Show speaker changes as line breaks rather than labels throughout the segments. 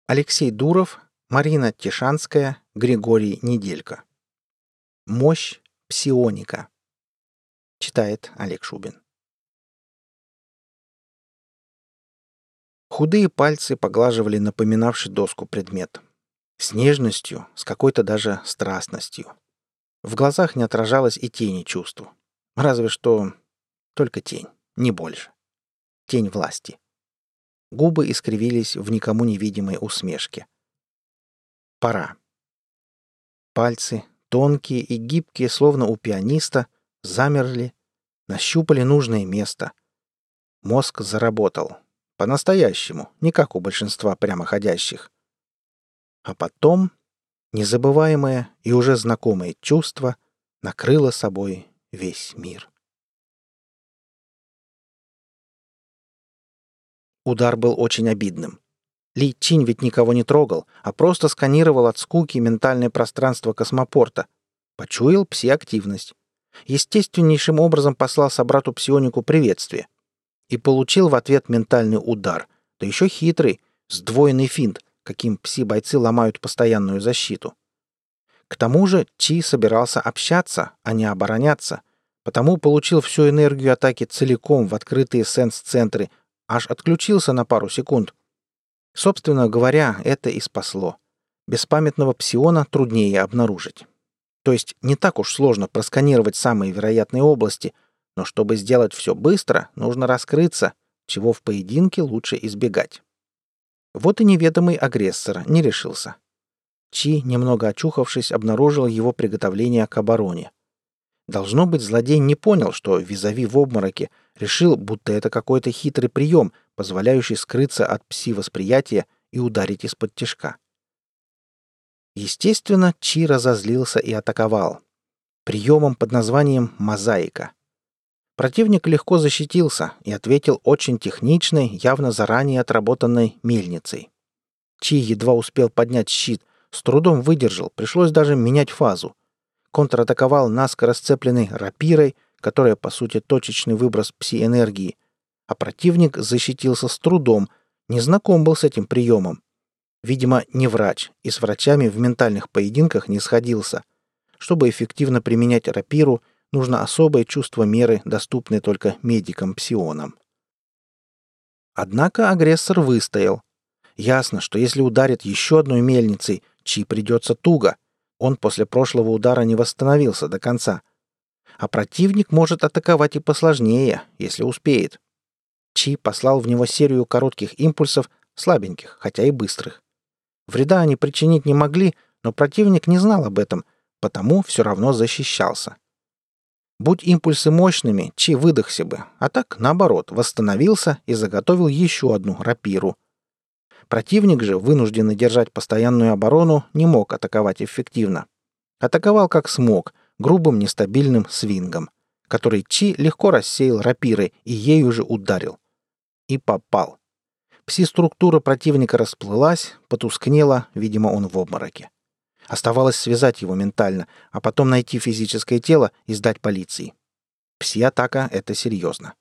Алексей Дуров, Марина Тишанская, Григорий Неделько. Мощь псионика. Читает Олег Шубин. Худые пальцы поглаживали напоминавший доску предмет. С нежностью, с какой-то даже страстностью. В глазах не отражалось и тени чувств. Разве что только тень, не больше. Тень власти. Губы искривились в никому невидимой усмешке. Пора. Пальцы, тонкие и гибкие, словно у пианиста, замерли, нащупали нужное место. Мозг заработал. По-настоящему, не как у большинства прямоходящих. А потом незабываемое и уже знакомое чувство накрыло собой весь мир. Удар был очень обидным. Ли Чинь ведь никого не трогал, а просто сканировал от скуки ментальное пространство космопорта. Почуял пси-активность. Естественнейшим образом послал собрату-псионику приветствие. И получил в ответ ментальный удар. Да еще хитрый, сдвоенный финт, каким пси-бойцы ломают постоянную защиту. К тому же Чи собирался общаться, а не обороняться, потому получил всю энергию атаки целиком в открытые сенс-центры, аж отключился на пару секунд. Собственно говоря, это и спасло. Беспамятного псиона труднее обнаружить. То есть не так уж сложно просканировать самые вероятные области, но чтобы сделать все быстро, нужно раскрыться, чего в поединке лучше избегать. Вот и неведомый агрессор не решился. Чи, немного очухавшись, обнаружил его приготовление к обороне. Должно быть, злодей не понял, что визави в обмороке, решил, будто это какой-то хитрый прием, позволяющий скрыться от пси-восприятия и ударить из-под тишка. Естественно, Чи разозлился и атаковал. Приемом под названием «мозаика». Противник легко защитился и ответил очень техничной, явно заранее отработанной мельницей. Чи едва успел поднять щит, с трудом выдержал, пришлось даже менять фазу. Контратаковал наскоро сцепленной рапирой, которая, по сути, точечный выброс пси-энергии, а противник защитился с трудом, не знаком был с этим приемом. Видимо, не врач и с врачами в ментальных поединках не сходился. Чтобы эффективно применять рапиру, нужно особое чувство меры, доступное только медикам-псионам. Однако агрессор выстоял. Ясно, что если ударит еще одной мельницей, Чи придется туго. Он после прошлого удара не восстановился до конца. А противник может атаковать и посложнее, если успеет. Чи послал в него серию коротких импульсов, слабеньких, хотя и быстрых. Вреда они причинить не могли, но противник не знал об этом, потому все равно защищался. Будь импульсы мощными, Чи выдохся бы, а так, наоборот, восстановился и заготовил еще одну рапиру. Противник же, вынужденный держать постоянную оборону, не мог атаковать эффективно. Атаковал как смог, грубым нестабильным свингом, который Чи легко рассеял рапирой и ею же ударил. И попал. Пси-структура противника расплылась, потускнела, видимо, он в обмороке. Оставалось связать его ментально, а потом найти физическое тело и сдать полиции. Пси-атака — это серьезно.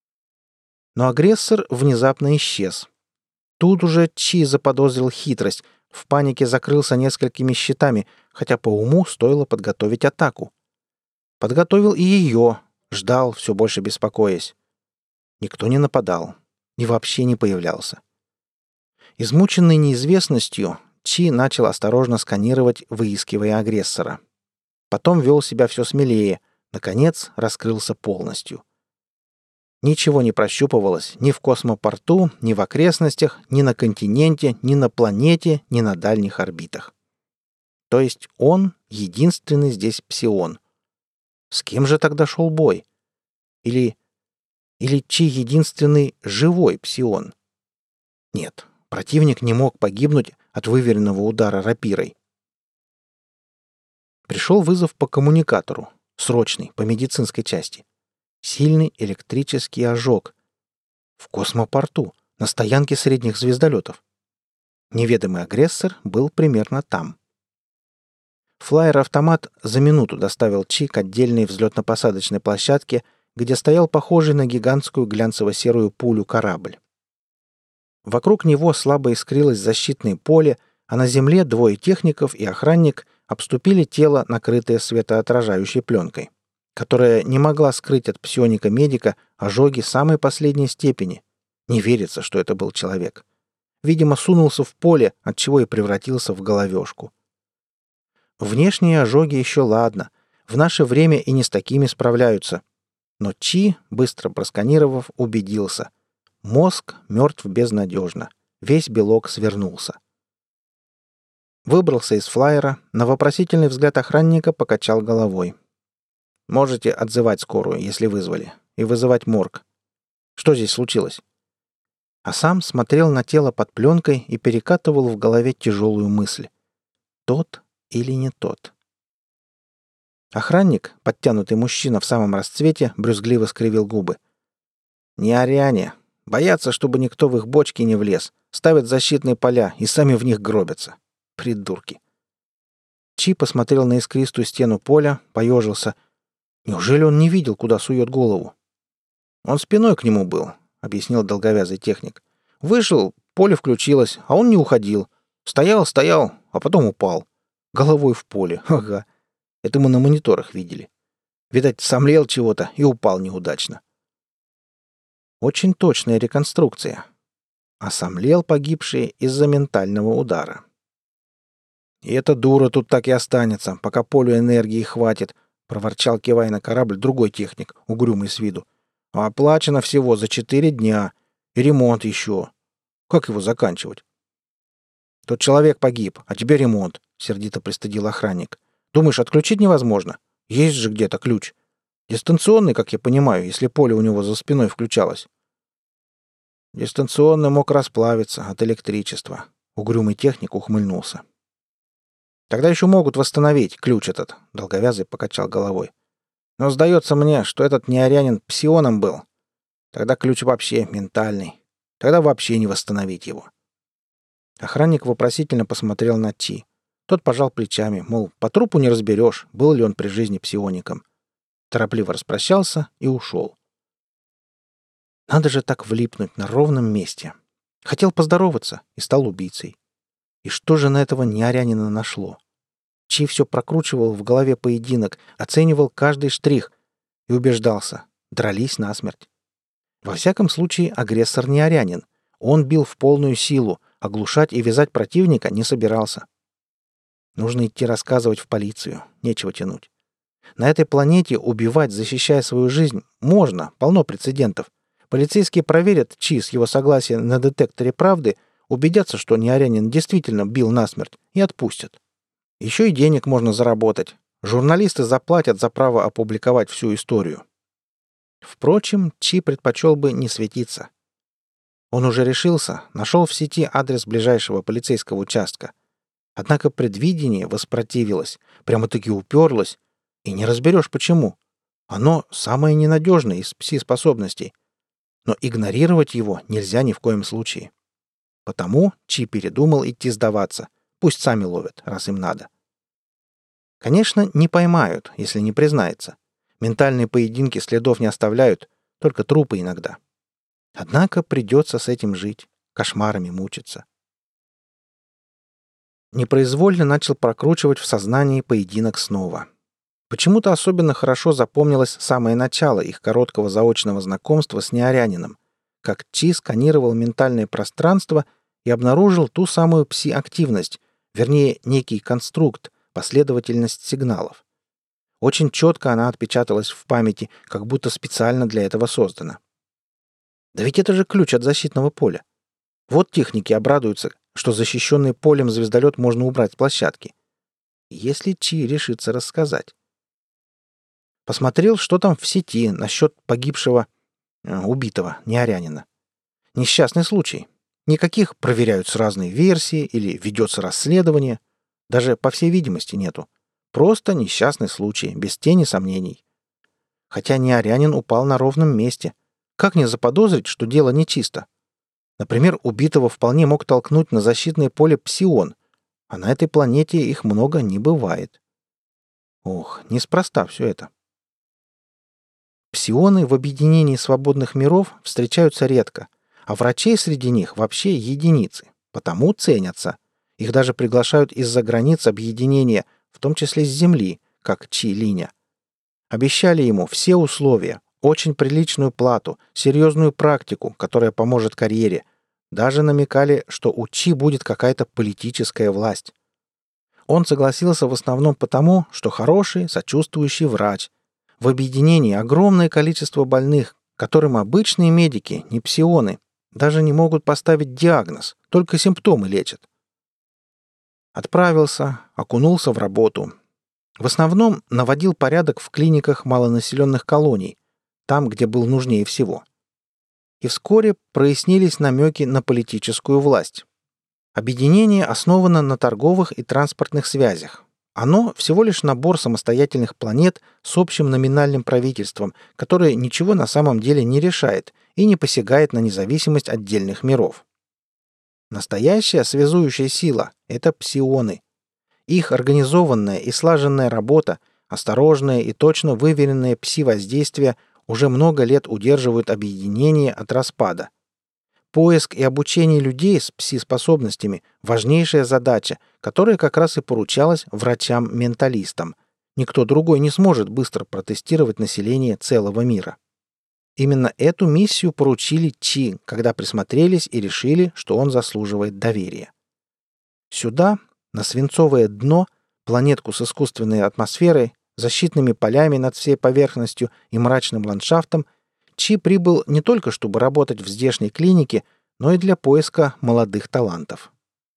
Но агрессор внезапно исчез. Тут уже Чи заподозрил хитрость, в панике закрылся несколькими щитами, хотя по уму стоило подготовить атаку. Подготовил и ее, ждал, все больше беспокоясь. Никто не нападал и вообще не появлялся. Измученный неизвестностью, Чи начал осторожно сканировать, выискивая агрессора. Потом вел себя все смелее, наконец раскрылся полностью. Ничего не прощупывалось ни в космопорту, ни в окрестностях, ни на континенте, ни на планете, ни на дальних орбитах. То есть он единственный здесь псион. С кем же тогда шел бой? Или Чи единственный живой псион? Нет, противник не мог погибнуть от выверенного удара рапирой. Пришел вызов по коммуникатору, срочный, по медицинской части. Сильный электрический ожог. В космопорту, на стоянке средних звездолетов. Неведомый агрессор был примерно там. Флайер-автомат за минуту доставил Чи к отдельной взлетно-посадочной площадке, где стоял похожий на гигантскую глянцево-серую пулю корабль. Вокруг него слабо искрилось защитное поле, а на земле двое техников и охранник обступили тело, накрытое светоотражающей пленкой, которая не могла скрыть от псионика-медика ожоги самой последней степени. Не верится, что это был человек. Видимо, сунулся в поле, отчего и превратился в головешку. Внешние ожоги еще ладно. В наше время и не с такими справляются. Но Чи, быстро просканировав, убедился. Мозг мертв безнадежно. Весь белок свернулся. Выбрался из флайера, на вопросительный взгляд охранника покачал головой. «Можете отзывать скорую, если вызвали, и вызывать морг. Что здесь случилось?» А сам смотрел на тело под пленкой и перекатывал в голове тяжелую мысль. Тот или не тот? Охранник, подтянутый мужчина в самом расцвете, брюзгливо скривил губы. «Не аряне. Боятся, чтобы никто в их бочки не влез. Ставят защитные поля и сами в них гробятся. Придурки». Чи посмотрел на искристую стену поля, поежился. Неужели он не видел, куда сует голову? «Он спиной к нему был», — объяснил долговязый техник. «Вышел, поле включилось, а он не уходил. Стоял, а потом упал. Головой в поле. Ага. Это мы на мониторах видели. Видать, сомлел чего-то и упал неудачно». Очень точная реконструкция. А сомлел погибший из-за ментального удара. «И эта дура тут так и останется, пока полю энергии хватит», — проворчал, кивая на корабль, другой техник, угрюмый с виду. «А оплачено всего за 4 дня. И ремонт еще. Как его заканчивать?» «Тот человек погиб, а тебе ремонт», — сердито пристыдил охранник. «Думаешь, отключить невозможно? Есть же где-то ключ. Дистанционный, как я понимаю, если поле у него за спиной включалось». «Дистанционный мог расплавиться от электричества», — угрюмый техник ухмыльнулся. «Тогда еще могут восстановить ключ этот», — долговязый покачал головой. «Но сдается мне, что этот неарянин псионом был. Тогда ключ вообще ментальный. Тогда вообще не восстановить его». Охранник вопросительно посмотрел на Чи. Тот пожал плечами, мол, по трупу не разберешь, был ли он при жизни псиоником. Торопливо распрощался и ушел. Надо же так влипнуть на ровном месте. Хотел поздороваться и стал убийцей. И что же на этого неарянина нашло? Чи все прокручивал в голове поединок, оценивал каждый штрих и убеждался. Дрались насмерть. Во всяком случае, агрессор не арянин. Он бил в полную силу, оглушать и вязать противника не собирался. Нужно идти рассказывать в полицию, нечего тянуть. На этой планете убивать, защищая свою жизнь, можно, полно прецедентов. Полицейские проверят Чи с его согласия на детекторе правды, убедятся, что неарянин действительно бил насмерть, и отпустят. Еще и денег можно заработать. Журналисты заплатят за право опубликовать всю историю. Впрочем, Чи предпочел бы не светиться. Он уже решился, нашел в сети адрес ближайшего полицейского участка. Однако предвидение воспротивилось, прямо-таки уперлось, и не разберешь почему. Оно самое ненадежное из пси-способностей. Но игнорировать его нельзя ни в коем случае. Потому Чи передумал идти сдаваться. Пусть сами ловят, раз им надо. Конечно, не поймают, если не признается. Ментальные поединки следов не оставляют, только трупы иногда. Однако придется с этим жить, кошмарами мучиться. Непроизвольно начал прокручивать в сознании поединок снова. Почему-то особенно хорошо запомнилось самое начало их короткого заочного знакомства с неарянином, как Чи сканировал ментальное пространство и обнаружил ту самую пси-активность, вернее, некий конструкт, последовательность сигналов. Очень четко она отпечаталась в памяти, как будто специально для этого создана. Да ведь это же ключ от защитного поля. Вот техники обрадуются, что защищенный полем звездолет можно убрать с площадки. Если Чи решится рассказать. Посмотрел, что там в сети насчет погибшего, убитого неарянина. Несчастный случай. Никаких проверяются разные версии или ведется расследование. Даже, по всей видимости, нету. Просто несчастный случай, без тени сомнений. Хотя неарянин упал на ровном месте. Как не заподозрить, что дело нечисто? Например, убитого вполне мог толкнуть на защитное поле псион, а на этой планете их много не бывает. Ох, неспроста все это. Псионы в объединении свободных миров встречаются редко, А врачей среди них вообще единицы, потому ценятся. Их даже приглашают из-за границ объединения, в том числе с земли, как Чи Линя. Обещали ему все условия, очень приличную плату, серьезную практику, которая поможет карьере. Даже намекали, что у Чи будет какая-то политическая власть. Он согласился в основном потому, что хороший, сочувствующий врач. В объединении огромное количество больных, которым обычные медики, не псионы, даже не могут поставить диагноз, только симптомы лечат. Отправился, окунулся в работу. В основном наводил порядок в клиниках малонаселенных колоний, там, где был нужнее всего. И вскоре прояснились намеки на политическую власть. Объединение основано на торговых и транспортных связях. Оно всего лишь набор самостоятельных планет с общим номинальным правительством, которое ничего на самом деле не решает и не посягает на независимость отдельных миров. Настоящая связующая сила – это псионы. Их организованная и слаженная работа, осторожное и точно выверенное пси-воздействие уже много лет удерживают объединение от распада. Поиск и обучение людей с пси-способностями – важнейшая задача, которая как раз и поручалась врачам-менталистам. Никто другой не сможет быстро протестировать население целого мира. Именно эту миссию поручили Чи, когда присмотрелись и решили, что он заслуживает доверия. Сюда, на свинцовое дно, планетку с искусственной атмосферой, защитными полями над всей поверхностью и мрачным ландшафтом, Чи прибыл не только чтобы работать в здешней клинике, но и для поиска молодых талантов.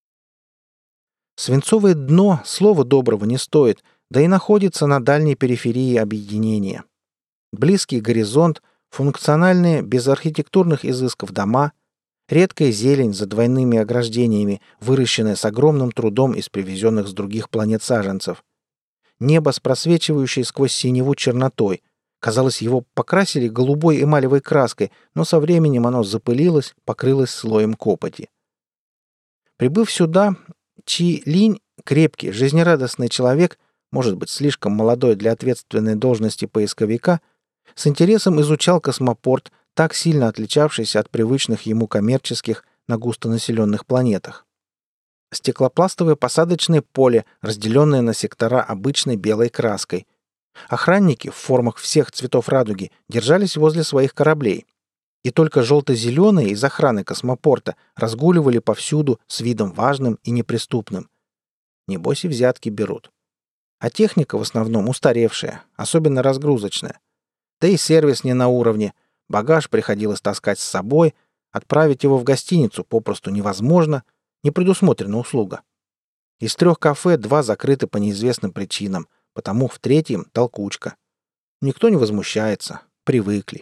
Свинцовое дно слова доброго не стоит, да и находится на дальней периферии объединения. Близкий горизонт, функциональные, без архитектурных изысков дома, редкая зелень за двойными ограждениями, выращенная с огромным трудом из привезенных с других планет саженцев. Небо с просвечивающей сквозь синеву чернотой. Казалось, его покрасили голубой эмалевой краской, но со временем оно запылилось, покрылось слоем копоти. Прибыв сюда, Чи Линь, крепкий, жизнерадостный человек, может быть, слишком молодой для ответственной должности поисковика, с интересом изучал космопорт, так сильно отличавшийся от привычных ему коммерческих на густонаселенных планетах. Стеклопластовое посадочное поле, разделенное на сектора обычной белой краской. Охранники в формах всех цветов радуги держались возле своих кораблей. И только желто-зеленые из охраны космопорта разгуливали повсюду с видом важным и неприступным. Небось и взятки берут. А техника в основном устаревшая, особенно разгрузочная. Да и сервис не на уровне. Багаж приходилось таскать с собой, отправить его в гостиницу попросту невозможно, не предусмотрена услуга. Из 3 кафе 2 закрыты по неизвестным причинам, потому в 3-м толкучка. Никто не возмущается, привыкли.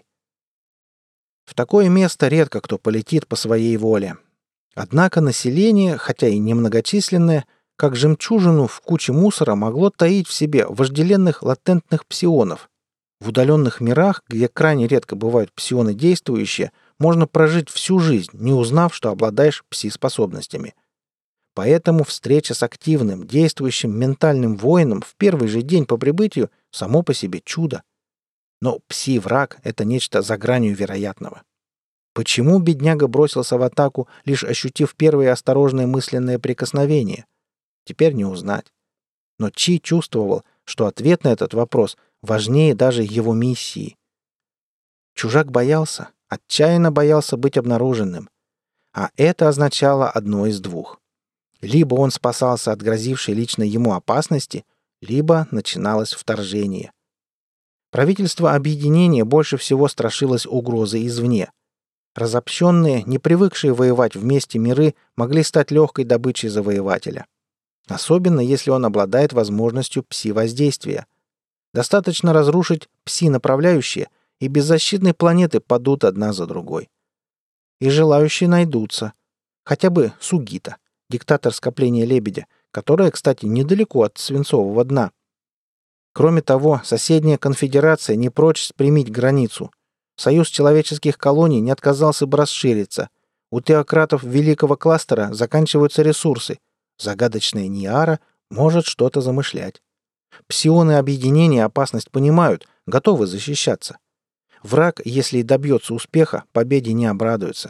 В такое место редко кто полетит по своей воле. Однако население, хотя и немногочисленное, как жемчужину в куче мусора могло таить в себе вожделенных латентных псионов. В удаленных мирах, где крайне редко бывают псионы действующие, можно прожить всю жизнь, не узнав, что обладаешь пси-способностями. Поэтому встреча с активным, действующим ментальным воином в первый же день по прибытию само по себе чудо. Но пси-враг — это нечто за гранью вероятного. Почему бедняга бросился в атаку, лишь ощутив первое осторожное мысленное прикосновение? Теперь не узнать. Но Чи чувствовал, что ответ на этот вопрос важнее даже его миссии. Чужак боялся, отчаянно боялся быть обнаруженным. А это означало одно из двух. Либо он спасался от грозившей лично ему опасности, либо начиналось вторжение. Правительство объединения больше всего страшилось угрозы извне. Разобщенные, не привыкшие воевать вместе миры, могли стать легкой добычей завоевателя. Особенно, если он обладает возможностью пси-воздействия. Достаточно разрушить пси-направляющие, и беззащитные планеты падут одна за другой. И желающие найдутся. Хотя бы Сугита, диктатор скопления Лебедя, которая, кстати, недалеко от свинцового дна. Кроме того, соседняя конфедерация не прочь спрямить границу. Союз человеческих колоний не отказался бы расшириться. У теократов Великого Кластера заканчиваются ресурсы. Загадочная Ниара может что-то замышлять. Псионы объединения опасность понимают, готовы защищаться. Враг, если и добьется успеха, победе не обрадуется.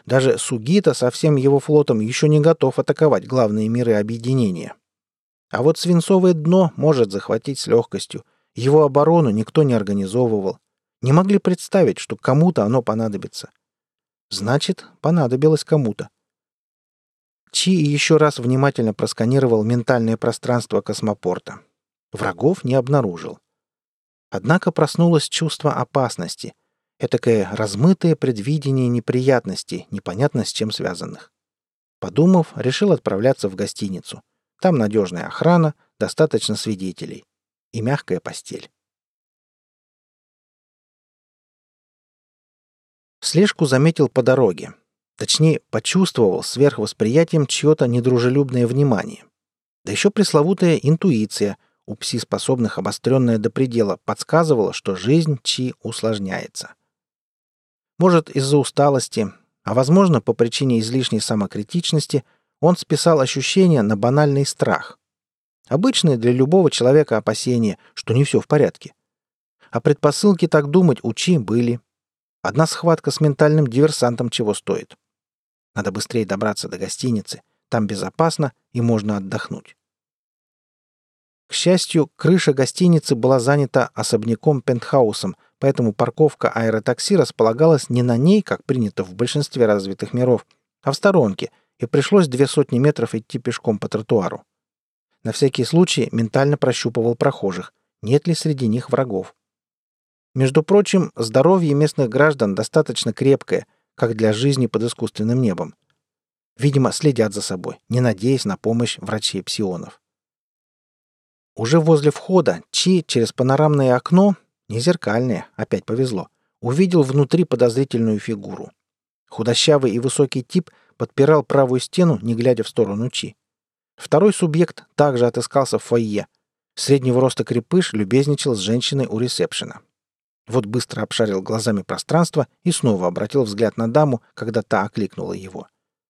Даже Сугита со всем его флотом еще не готов атаковать главные миры объединения. А вот свинцовое дно может захватить с легкостью. Его оборону никто не организовывал. Не могли представить, что кому-то оно понадобится. Значит, понадобилось кому-то. Чи еще раз внимательно просканировал ментальное пространство космопорта. Врагов не обнаружил. Однако проснулось чувство опасности. Этакое размытое предвидение неприятностей, непонятно с чем связанных. Подумав, решил отправляться в гостиницу. Там надежная охрана, достаточно свидетелей. И мягкая постель. Слежку заметил по дороге. Точнее, почувствовал сверхвосприятием чье-то недружелюбное внимание. Да еще пресловутая интуиция, у пси-способных обостренная до предела, подсказывала, что жизнь Чи усложняется. Может, из-за усталости, а возможно, по причине излишней самокритичности, он списал ощущения на банальный страх. Обычное для любого человека опасение, что не все в порядке. А предпосылки так думать у Чи были. Одна схватка с ментальным диверсантом чего стоит. Надо быстрее добраться до гостиницы. Там безопасно и можно отдохнуть. К счастью, крыша гостиницы была занята особняком-пентхаусом, поэтому парковка аэротакси располагалась не на ней, как принято в большинстве развитых миров, а в сторонке, и пришлось 200 метров идти пешком по тротуару. На всякий случай ментально прощупывал прохожих, нет ли среди них врагов. Между прочим, здоровье местных граждан достаточно крепкое, как для жизни под искусственным небом. Видимо, следят за собой, не надеясь на помощь врачей-псионов. Уже возле входа Чи через панорамное окно, не зеркальное, опять повезло, увидел внутри подозрительную фигуру. Худощавый и высокий тип подпирал правую стену, не глядя в сторону Чи. Второй субъект также отыскался в фойе. Среднего роста крепыш любезничал с женщиной у ресепшена. Вот быстро обшарил глазами пространство и снова обратил взгляд на даму, когда та окликнула его.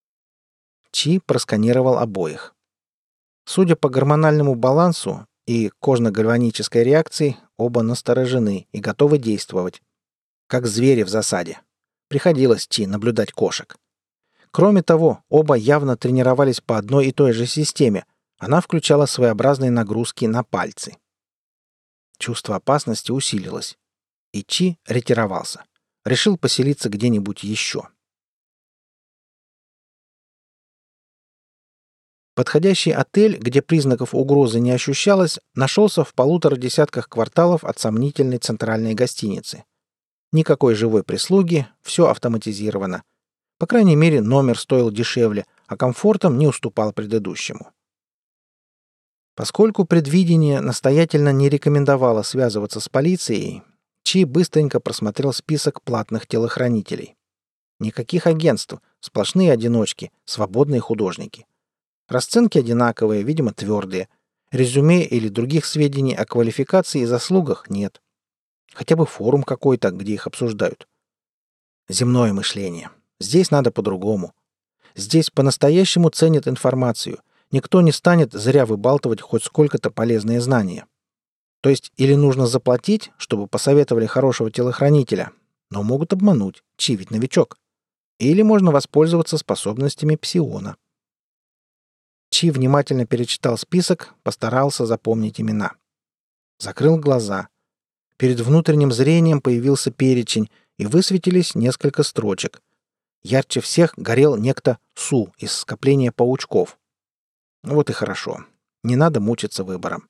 Чи просканировал обоих. Судя по гормональному балансу и кожно-гальванической реакции, оба насторожены и готовы действовать. Как звери в засаде. Приходилось Чи наблюдать кошек. Кроме того, оба явно тренировались по одной и той же системе. Она включала своеобразные нагрузки на пальцы. Чувство опасности усилилось. И Чи ретировался. Решил поселиться где-нибудь еще. Подходящий отель, где признаков угрозы не ощущалось, нашелся в 1,5 десятках кварталов от сомнительной центральной гостиницы. Никакой живой прислуги, все автоматизировано. По крайней мере, номер стоил дешевле, а комфортом не уступал предыдущему. Поскольку предвидение настоятельно не рекомендовало связываться с полицией, Чи быстренько просмотрел список платных телохранителей. Никаких агентств, сплошные одиночки, свободные художники. Расценки одинаковые, видимо, твердые. Резюме или других сведений о квалификации и заслугах нет. Хотя бы форум какой-то, где их обсуждают. Земное мышление. Здесь надо по-другому. Здесь по-настоящему ценят информацию. Никто не станет зря выбалтывать хоть сколько-то полезные знания. То есть или нужно заплатить, чтобы посоветовали хорошего телохранителя, но могут обмануть, Чи ведь новичок. Или можно воспользоваться способностями псиона. Чи внимательно перечитал список, постарался запомнить имена. Закрыл глаза. Перед внутренним зрением появился перечень, и высветились несколько строчек. Ярче всех горел некто Су из скопления паучков. Вот и хорошо. Не надо мучиться выбором.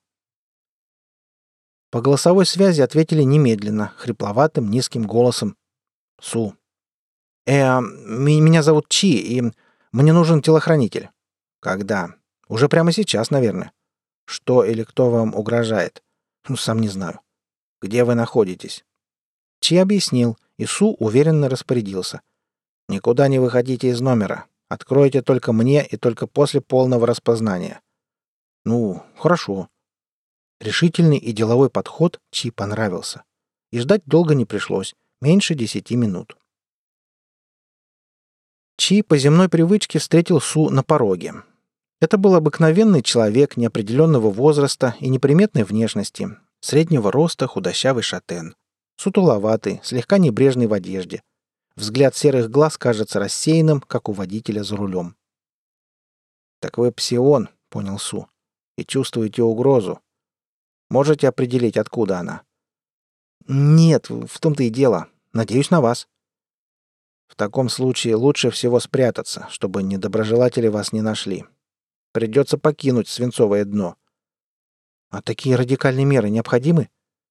По голосовой связи ответили немедленно, хрипловатым, низким голосом. Су. Меня зовут Чи, и мне нужен телохранитель. Когда? Уже прямо сейчас, наверное. Что или кто вам угрожает? Сам не знаю. Где вы находитесь? Чи объяснил, и Су уверенно распорядился. Никуда не выходите из номера. Откройте только мне и только после полного распознания. Ну, хорошо. Решительный и деловой подход Чи понравился. И ждать долго не пришлось, меньше 10 минут. Чи по земной привычке встретил Су на пороге. Это был обыкновенный человек неопределенного возраста и неприметной внешности, среднего роста худощавый шатен, сутуловатый, слегка небрежный в одежде. Взгляд серых глаз кажется рассеянным, как у водителя за рулем. «Так вы псион», — понял Су, — «и чувствуете угрозу. Можете определить, откуда она?» «Нет, в том-то и дело. Надеюсь на вас». «В таком случае лучше всего спрятаться, чтобы недоброжелатели вас не нашли. Придется покинуть свинцовое дно». «А такие радикальные меры необходимы?»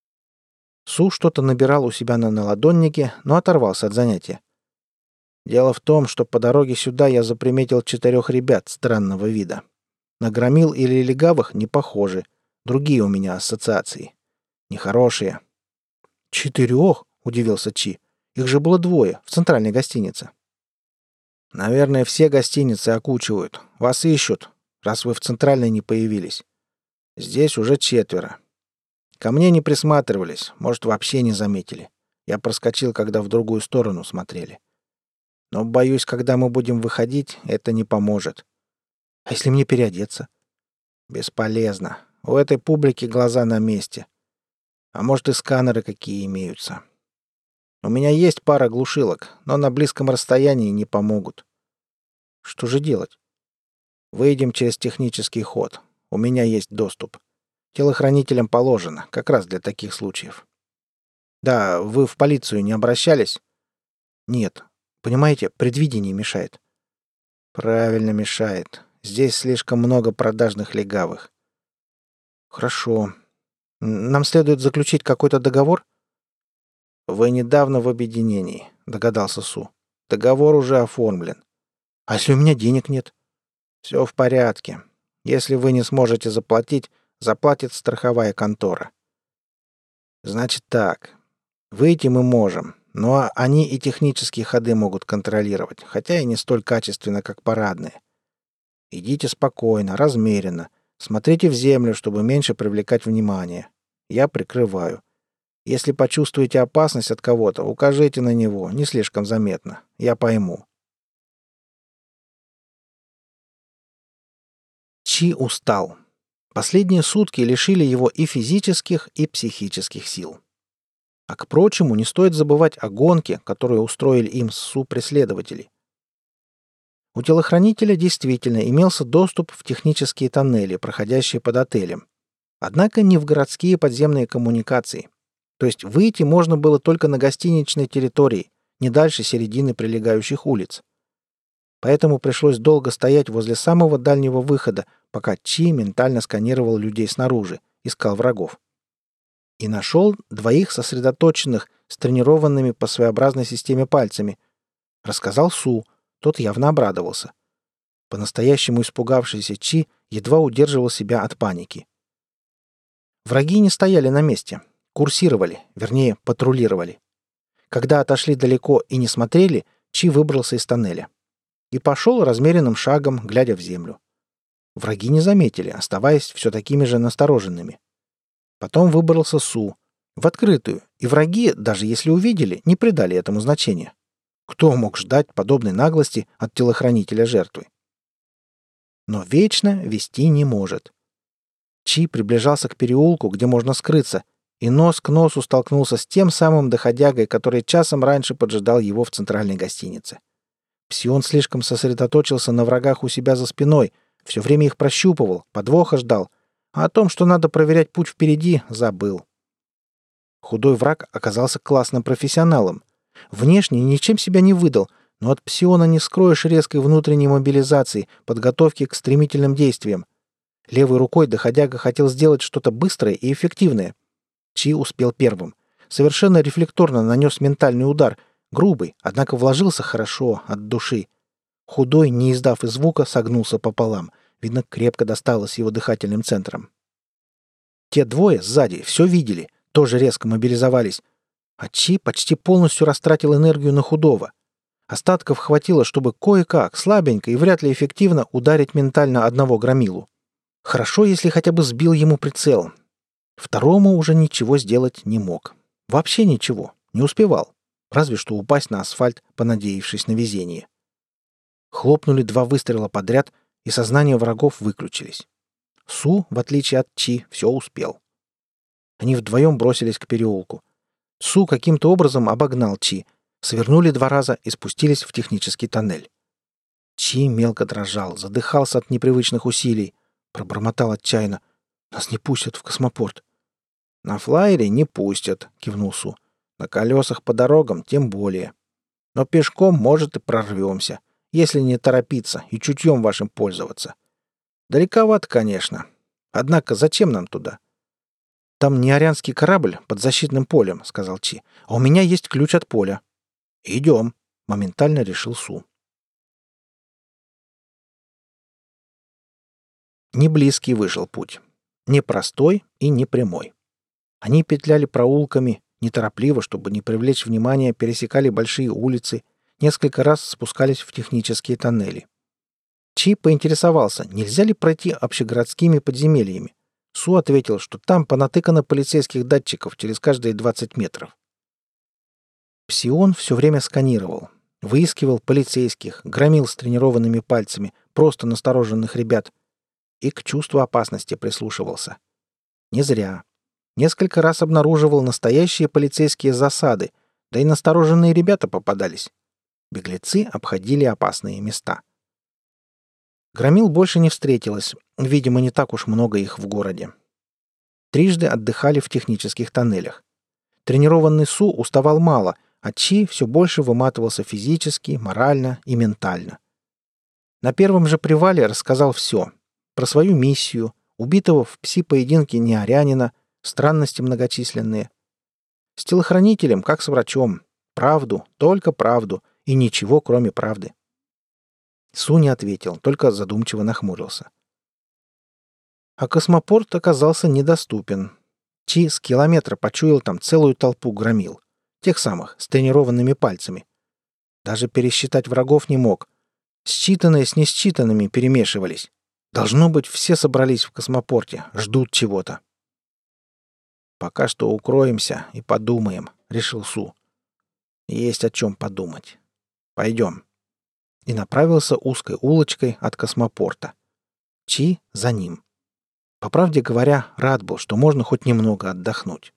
Су что-то набирал у себя на наладоннике, но оторвался от занятия. «Дело в том, что по дороге сюда я заприметил 4 ребят странного вида. На громил или легавых не похожи. Другие у меня ассоциации. Нехорошие». 4? — удивился Чи. «Их же было 2 в центральной гостинице». «Наверное, все гостиницы окучивают. Вас ищут, раз вы в центральной не появились. Здесь уже 4. Ко мне не присматривались, может, вообще не заметили. Я проскочил, когда в другую сторону смотрели. Но, боюсь, когда мы будем выходить, это не поможет». «А если мне переодеться?» «Бесполезно. У этой публики глаза на месте. А может, и сканеры какие имеются. У меня есть пара глушилок, но на близком расстоянии не помогут». «Что же делать?» «Выйдем через технический ход. У меня есть доступ. Телохранителям положено, как раз для таких случаев». «Да, вы в полицию не обращались?» «Нет. Понимаете, предвидение мешает». «Правильно мешает. Здесь слишком много продажных легавых». «Хорошо. Нам следует заключить какой-то договор?» «Вы недавно в объединении», — догадался Су. «Договор уже оформлен». «А если у меня денег нет?» «Все в порядке. Если вы не сможете заплатить, заплатит страховая контора». «Значит так. Выйти мы можем, но они и технические ходы могут контролировать, хотя и не столь качественно, как парадные. Идите спокойно, размеренно. Смотрите в землю, чтобы меньше привлекать внимание. Я прикрываю. Если почувствуете опасность от кого-то, укажите на него, не слишком заметно. Я пойму». Чи устал. Последние сутки лишили его и физических, и психических сил. А к прочему, не стоит забывать о гонке, которую устроили им с Су преследователи. У телохранителя действительно имелся доступ в технические тоннели, проходящие под отелем. Однако не в городские подземные коммуникации. То есть выйти можно было только на гостиничной территории, не дальше середины прилегающих улиц. Поэтому пришлось долго стоять возле самого дальнего выхода, пока Чи ментально сканировал людей снаружи, искал врагов. И нашел 2 сосредоточенных, с тренированными по своеобразной системе пальцами. Рассказал Су, тот явно обрадовался. По-настоящему испугавшийся Чи едва удерживал себя от паники. Враги не стояли на месте, курсировали, вернее, патрулировали. Когда отошли далеко и не смотрели, Чи выбрался из тоннеля. И пошел размеренным шагом, глядя в землю. Враги не заметили, оставаясь все такими же настороженными. Потом выбрался Су. В открытую, и враги, даже если увидели, не придали этому значения. Кто мог ждать подобной наглости от телохранителя жертвы? Но вечно вести не может. Чи приближался к переулку, где можно скрыться, и нос к носу столкнулся с тем самым доходягой, который часом раньше поджидал его в центральной гостинице. Псион слишком сосредоточился на врагах у себя за спиной, все время их прощупывал, подвоха ждал, а о том, что надо проверять путь впереди, забыл. Худой враг оказался классным профессионалом. Внешне ничем себя не выдал, но от псиона не скроешь резкой внутренней мобилизации, подготовки к стремительным действиям. Левой рукой доходяга хотел сделать что-то быстрое и эффективное. Чи успел первым. Совершенно рефлекторно нанес ментальный удар, грубый, однако вложился хорошо, от души. Худой, не издав и звука, согнулся пополам. Видно, крепко досталось его дыхательным центрам. Те 2 сзади все видели, тоже резко мобилизовались. А Чи почти полностью растратил энергию на худого. Остатков хватило, чтобы кое-как, слабенько и вряд ли эффективно ударить ментально одного громилу. Хорошо, если хотя бы сбил ему прицел. Второму уже ничего сделать не мог. Вообще ничего. Не успевал. Разве что упасть на асфальт, понадеявшись на везение. Хлопнули 2 выстрела подряд, и сознание врагов выключились. Су, в отличие от Чи, все успел. Они вдвоем бросились к переулку. Су каким-то образом обогнал Чи. Свернули 2 раза и спустились в технический тоннель. Чи мелко дрожал, задыхался от непривычных усилий. Пробормотал отчаянно. «Нас не пустят в космопорт». «На флайере не пустят», — кивнул Су. «На колесах по дорогам тем более. Но пешком, может, и прорвемся, если не торопиться и чутьем вашим пользоваться. Далековато, конечно. Однако зачем нам туда?» «Там неарианский корабль под защитным полем», — сказал Чи. «А у меня есть ключ от поля». «Идем», — моментально решил Су. Не близкий вышел путь. Не простой и не прямой. Они петляли проулками, неторопливо, чтобы не привлечь внимания, пересекали большие улицы, несколько раз спускались в технические тоннели. Чи поинтересовался, нельзя ли пройти общегородскими подземельями. Су ответил, что там понатыкано полицейских датчиков через каждые 20 метров. Псион все время сканировал, выискивал полицейских, громил с тренированными пальцами просто настороженных ребят и к чувству опасности прислушивался. Не зря. Несколько раз обнаруживал настоящие полицейские засады, да и настороженные ребята попадались. Беглецы обходили опасные места. Громил больше не встретилось, видимо, не так уж много их в городе. Трижды отдыхали в технических тоннелях. Тренированный Су уставал мало, а Чи все больше выматывался физически, морально и ментально. На первом же привале рассказал все. Про свою миссию, убитого в пси-поединке неарянина, странности многочисленные. С телохранителем, как с врачом. Правду, только правду, и ничего, кроме правды. Су не ответил, только задумчиво нахмурился. А космопорт оказался недоступен. Чи с километра почуял там целую толпу громил. Тех самых, с тренированными пальцами. Даже пересчитать врагов не мог. Считанные с несчитанными перемешивались. Должно быть, все собрались в космопорте, ждут чего-то. «Пока что укроемся и подумаем», — решил Су. «Есть о чем подумать. Пойдем». И направился узкой улочкой от космопорта. Чи за ним. По правде говоря, рад был, что можно хоть немного отдохнуть.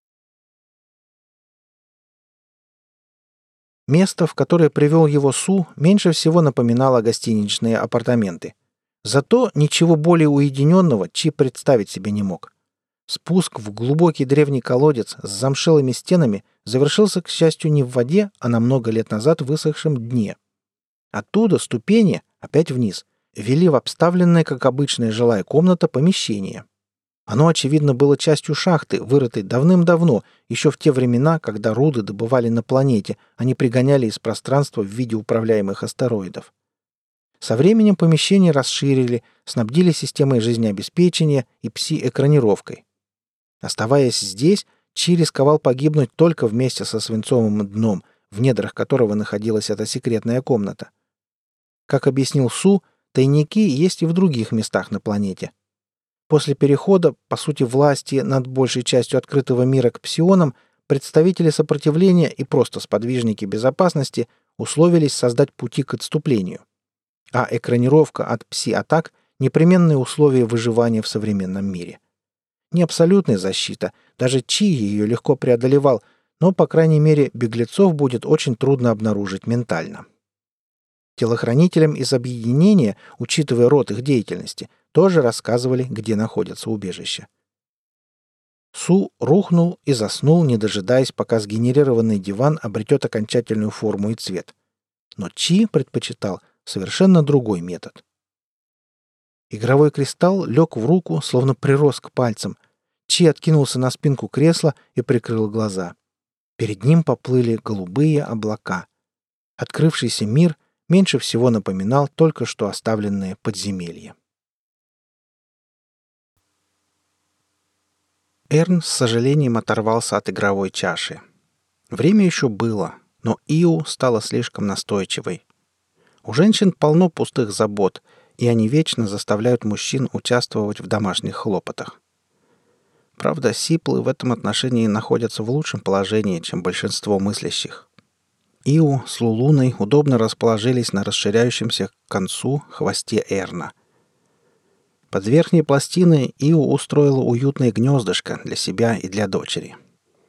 Место, в которое привел его Су, меньше всего напоминало гостиничные апартаменты. Зато ничего более уединенного Чи представить себе не мог. Спуск в глубокий древний колодец с замшелыми стенами завершился, к счастью, не в воде, а на много лет назад высохшем дне. Оттуда ступени, опять вниз, вели в обставленное, как обычная жилая комната, помещение. Оно, очевидно, было частью шахты, вырытой давным-давно, еще в те времена, когда руды добывали на планете, а не пригоняли из пространства в виде управляемых астероидов. Со временем помещение расширили, снабдили системой жизнеобеспечения и пси-экранировкой. Оставаясь здесь, Чи рисковал погибнуть только вместе со свинцовым дном, в недрах которого находилась эта секретная комната. Как объяснил Су, тайники есть и в других местах на планете. После перехода, по сути, власти над большей частью открытого мира к псионам, представители сопротивления и просто сподвижники безопасности условились создать пути к отступлению. А экранировка от пси-атак – непременное условие выживания в современном мире. Не абсолютная защита, даже Чи ее легко преодолевал, но, по крайней мере, беглецов будет очень трудно обнаружить ментально. Телохранителям из объединения, учитывая род их деятельности, тоже рассказывали, где находятся убежища. Су рухнул и заснул, не дожидаясь, пока сгенерированный диван обретет окончательную форму и цвет. Но Чи предпочитал совершенно другой метод. Игровой кристалл лег в руку, словно прирос к пальцам. Чи откинулся на спинку кресла и прикрыл глаза. Перед ним поплыли голубые облака. Открывшийся мир меньше всего напоминал только что оставленное подземелье. Эрн с сожалением оторвался от игровой чаши. Время еще было, но Иу стала слишком настойчивой. У женщин полно пустых забот, и они вечно заставляют мужчин участвовать в домашних хлопотах. Правда, сиплы в этом отношении находятся в лучшем положении, чем большинство мыслящих. Иу с Лулуной удобно расположились на расширяющемся к концу хвосте Эрна. Под верхней пластиной Иу устроила уютное гнездышко для себя и для дочери.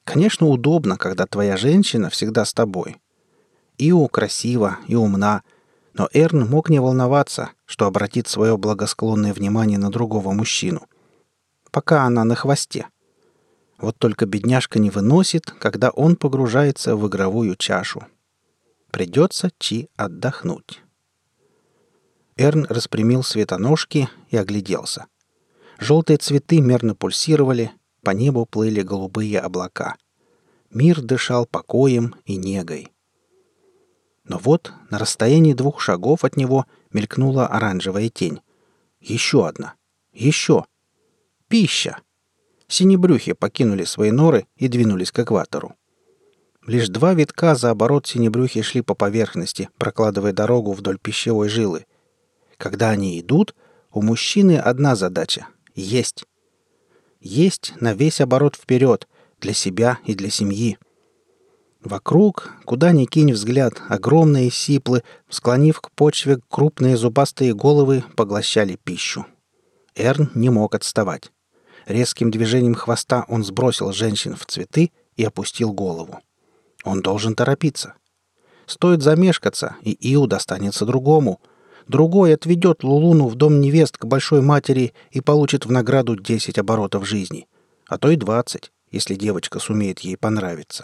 Конечно, удобно, когда твоя женщина всегда с тобой. Ио красива и умна, но Эрн мог не волноваться, что обратит свое благосклонное внимание на другого мужчину. Пока она на хвосте. Вот только бедняжка не выносит, когда он погружается в игровую чашу. Придется Чи отдохнуть. Эрн распрямил светоножки и огляделся. Желтые цветы мерно пульсировали, по небу плыли голубые облака. Мир дышал покоем и негой. Но вот на расстоянии 2 шагов от него мелькнула оранжевая тень. Еще одна. Еще. Пища. Синебрюхи покинули свои норы и двинулись к экватору. Лишь 2 витка за оборот синебрюхи шли по поверхности, прокладывая дорогу вдоль пищевой жилы. Когда они идут, у мужчины одна задача — есть. Есть на весь оборот вперед, для себя и для семьи. Вокруг, куда ни кинь взгляд, огромные сиплы, склонив к почве крупные зубастые головы, поглощали пищу. Эрн не мог отставать. Резким движением хвоста он сбросил женщин в цветы и опустил голову. Он должен торопиться. Стоит замешкаться, и Иу достанется другому. Другой отведет Лулуну в дом невест к большой матери и получит в награду 10 оборотов жизни, а то и 20, если девочка сумеет ей понравиться.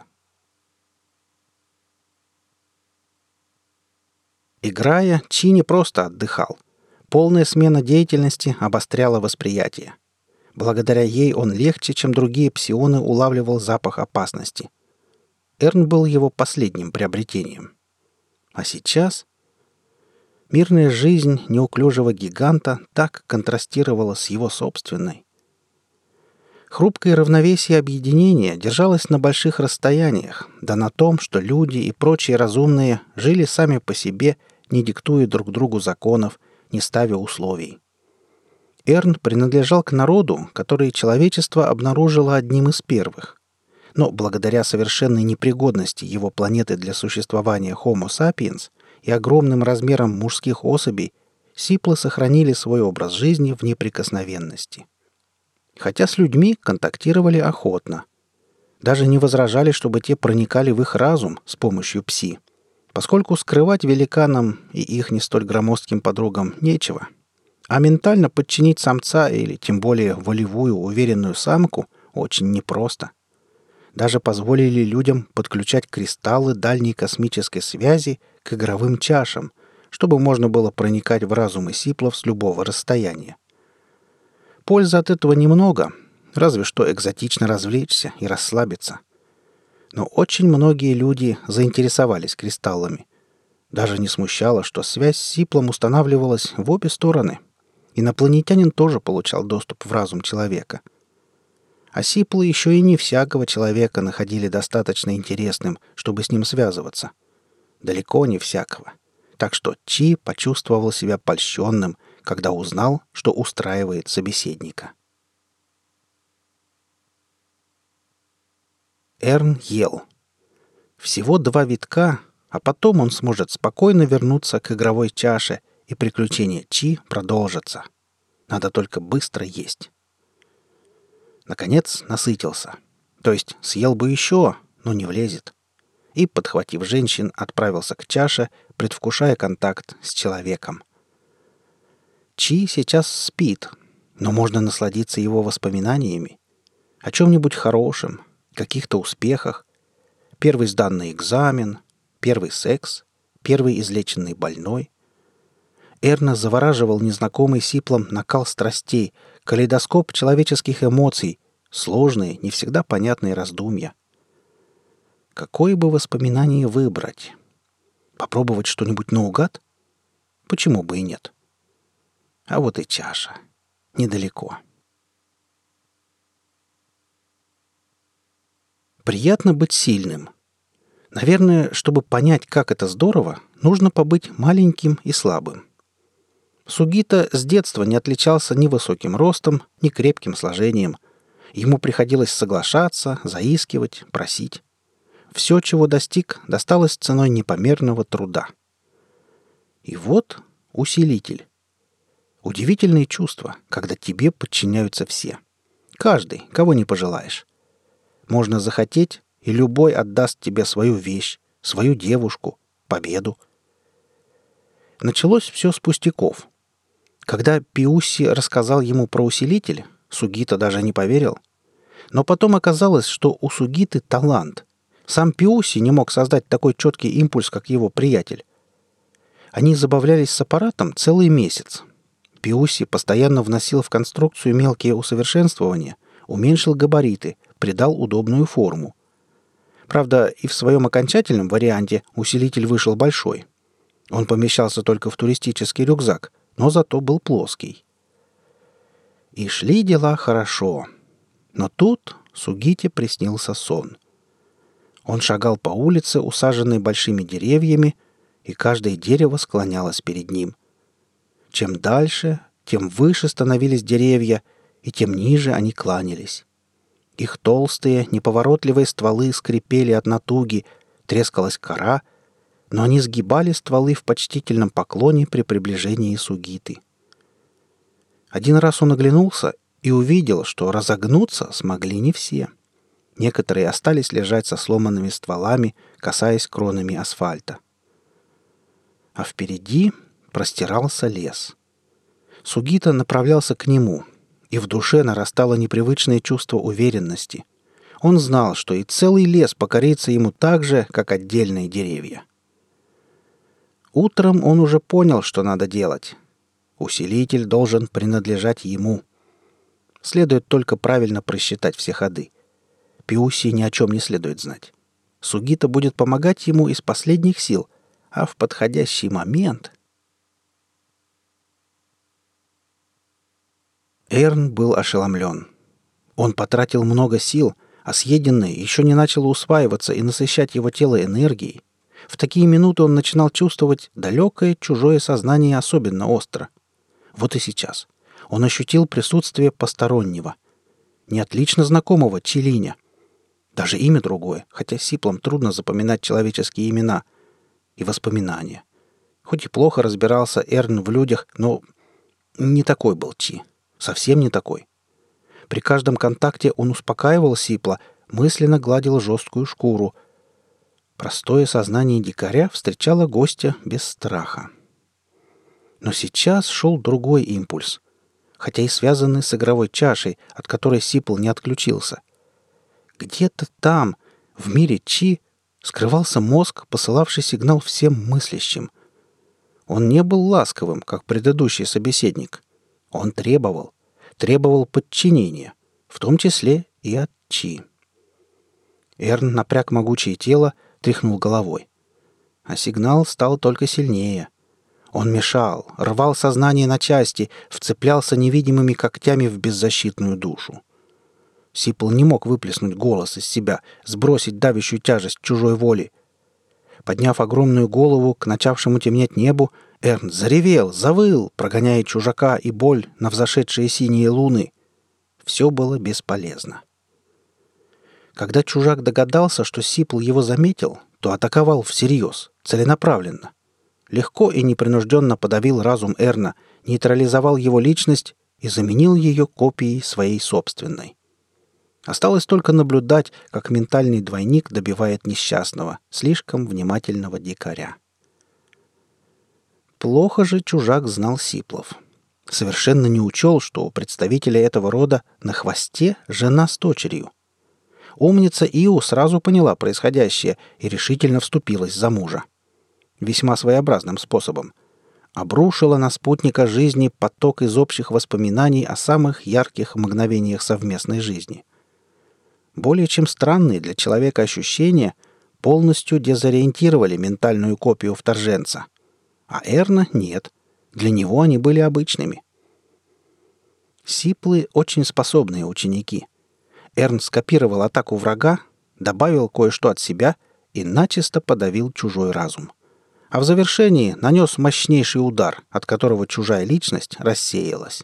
Играя, Чи не просто отдыхал. Полная смена деятельности обостряла восприятие. Благодаря ей он легче, чем другие псионы, улавливал запах опасности. Эрн был его последним приобретением. А сейчас мирная жизнь неуклюжего гиганта так контрастировала с его собственной. Хрупкое равновесие объединения держалось на больших расстояниях, да на том, что люди и прочие разумные жили сами по себе, не диктуя друг другу законов, не ставя условий. Эрн принадлежал к народу, который человечество обнаружило одним из первых. Но благодаря совершенной непригодности его планеты для существования Homo sapiens и огромным размерам мужских особей, сиплы сохранили свой образ жизни в неприкосновенности. Хотя с людьми контактировали охотно. Даже не возражали, чтобы те проникали в их разум с помощью пси, поскольку скрывать великанам и их не столь громоздким подругам нечего. А ментально подчинить самца или тем более волевую, уверенную самку очень непросто. Даже позволили людям подключать кристаллы дальней космической связи к игровым чашам, чтобы можно было проникать в разумы сиплов с любого расстояния. Пользы от этого немного, разве что экзотично развлечься и расслабиться. Но очень многие люди заинтересовались кристаллами. Даже не смущало, что связь с сиплом устанавливалась в обе стороны. Инопланетянин тоже получал доступ в разум человека. А сиплы еще и не всякого человека находили достаточно интересным, чтобы с ним связываться. Далеко не всякого. Так что Чи почувствовал себя польщенным, когда узнал, что устраивает собеседника. Эрн ел. Всего 2 витка, а потом он сможет спокойно вернуться к игровой чаше, и приключения Чи продолжатся. Надо только быстро есть. Наконец насытился. То есть съел бы еще, но не влезет. И, подхватив женщин, отправился к чаше, предвкушая контакт с человеком. Чи сейчас спит, но можно насладиться его воспоминаниями. О чем-нибудь хорошем, каких-то успехах. Первый сданный экзамен, первый секс, первый излеченный больной. Эрна завораживал незнакомый сиплом накал страстей, калейдоскоп человеческих эмоций, сложные, не всегда понятные раздумья. Какое бы воспоминание выбрать? Попробовать что-нибудь наугад? Почему бы и нет? А вот и чаша. Недалеко. Приятно быть сильным. Наверное, чтобы понять, как это здорово, нужно побыть маленьким и слабым. Сугита с детства не отличался ни высоким ростом, ни крепким сложением. Ему приходилось соглашаться, заискивать, просить. Все, чего достиг, досталось ценой непомерного труда. И вот усилитель. Удивительные чувства, когда тебе подчиняются все. Каждый, кого не пожелаешь. Можно захотеть, и любой отдаст тебе свою вещь, свою девушку, победу. Началось все с пустяков. Когда Пиусси рассказал ему про усилитель, Сугита даже не поверил. Но потом оказалось, что у Сугиты талант. Сам Пиусси не мог создать такой четкий импульс, как его приятель. Они забавлялись с аппаратом целый месяц. Пиусси постоянно вносил в конструкцию мелкие усовершенствования, уменьшил габариты, придал удобную форму. Правда, и в своем окончательном варианте усилитель вышел большой. Он помещался только в туристический рюкзак, но зато был плоский. И шли дела хорошо. Но тут Сугите приснился сон. Он шагал по улице, усаженной большими деревьями, и каждое дерево склонялось перед ним. Чем дальше, тем выше становились деревья, и тем ниже они кланялись. Их толстые, неповоротливые стволы скрипели от натуги, трескалась кора, но они сгибали стволы в почтительном поклоне при приближении Сугиты. Один раз он оглянулся и увидел, что разогнуться смогли не все. Некоторые остались лежать со сломанными стволами, касаясь кронами асфальта. А впереди простирался лес. Сугита направлялся к нему, и в душе нарастало непривычное чувство уверенности. Он знал, что и целый лес покорится ему так же, как отдельные деревья. Утром он уже понял, что надо делать. Усилитель должен принадлежать ему. Следует только правильно просчитать все ходы. Пиусси ни о чем не следует знать. Сугита будет помогать ему из последних сил, а в подходящий момент... Эрн был ошеломлен. Он потратил много сил, а съеденное еще не начало усваиваться и насыщать его тело энергией. В такие минуты он начинал чувствовать далекое чужое сознание особенно остро. Вот и сейчас. Он ощутил присутствие постороннего, не отлично знакомого Чилиня. Даже имя другое, хотя сиплам трудно запоминать человеческие имена и воспоминания. Хоть и плохо разбирался Эрн в людях, но не такой был Чи. Совсем не такой. При каждом контакте он успокаивал сипла, мысленно гладил жесткую шкуру. Простое сознание дикаря встречало гостя без страха. Но сейчас шел другой импульс, хотя и связанный с игровой чашей, от которой сипл не отключился. Где-то там, в мире Чи, скрывался мозг, посылавший сигнал всем мыслящим. Он не был ласковым, как предыдущий собеседник. Он требовал подчинения, в том числе и от Чи. Эрн напряг могучее тело, тряхнул головой. А сигнал стал только сильнее. Он мешал, рвал сознание на части, вцеплялся невидимыми когтями в беззащитную душу. Сипл не мог выплеснуть голос из себя, сбросить давящую тяжесть чужой воли. Подняв огромную голову к начавшему темнеть небу, Эрн заревел, завыл, прогоняя чужака и боль на взошедшие синие луны. Все было бесполезно. Когда чужак догадался, что Сипл его заметил, то атаковал всерьез, целенаправленно. Легко и непринужденно подавил разум Эрна, нейтрализовал его личность и заменил ее копией своей собственной. Осталось только наблюдать, как ментальный двойник добивает несчастного, слишком внимательного дикаря. Плохо же чужак знал сиплов. Совершенно не учел, что у представителя этого рода на хвосте жена с дочерью. Умница Иу сразу поняла происходящее и решительно вступилась за мужа. Весьма своеобразным способом. Обрушила на спутника жизни поток из общих воспоминаний о самых ярких мгновениях совместной жизни. Более чем странные для человека ощущения полностью дезориентировали ментальную копию вторженца. А Эрна нет. Для него они были обычными. Сиплы — очень способные ученики. Эрн скопировал атаку врага, добавил кое-что от себя и начисто подавил чужой разум. А в завершении нанес мощнейший удар, от которого чужая личность рассеялась.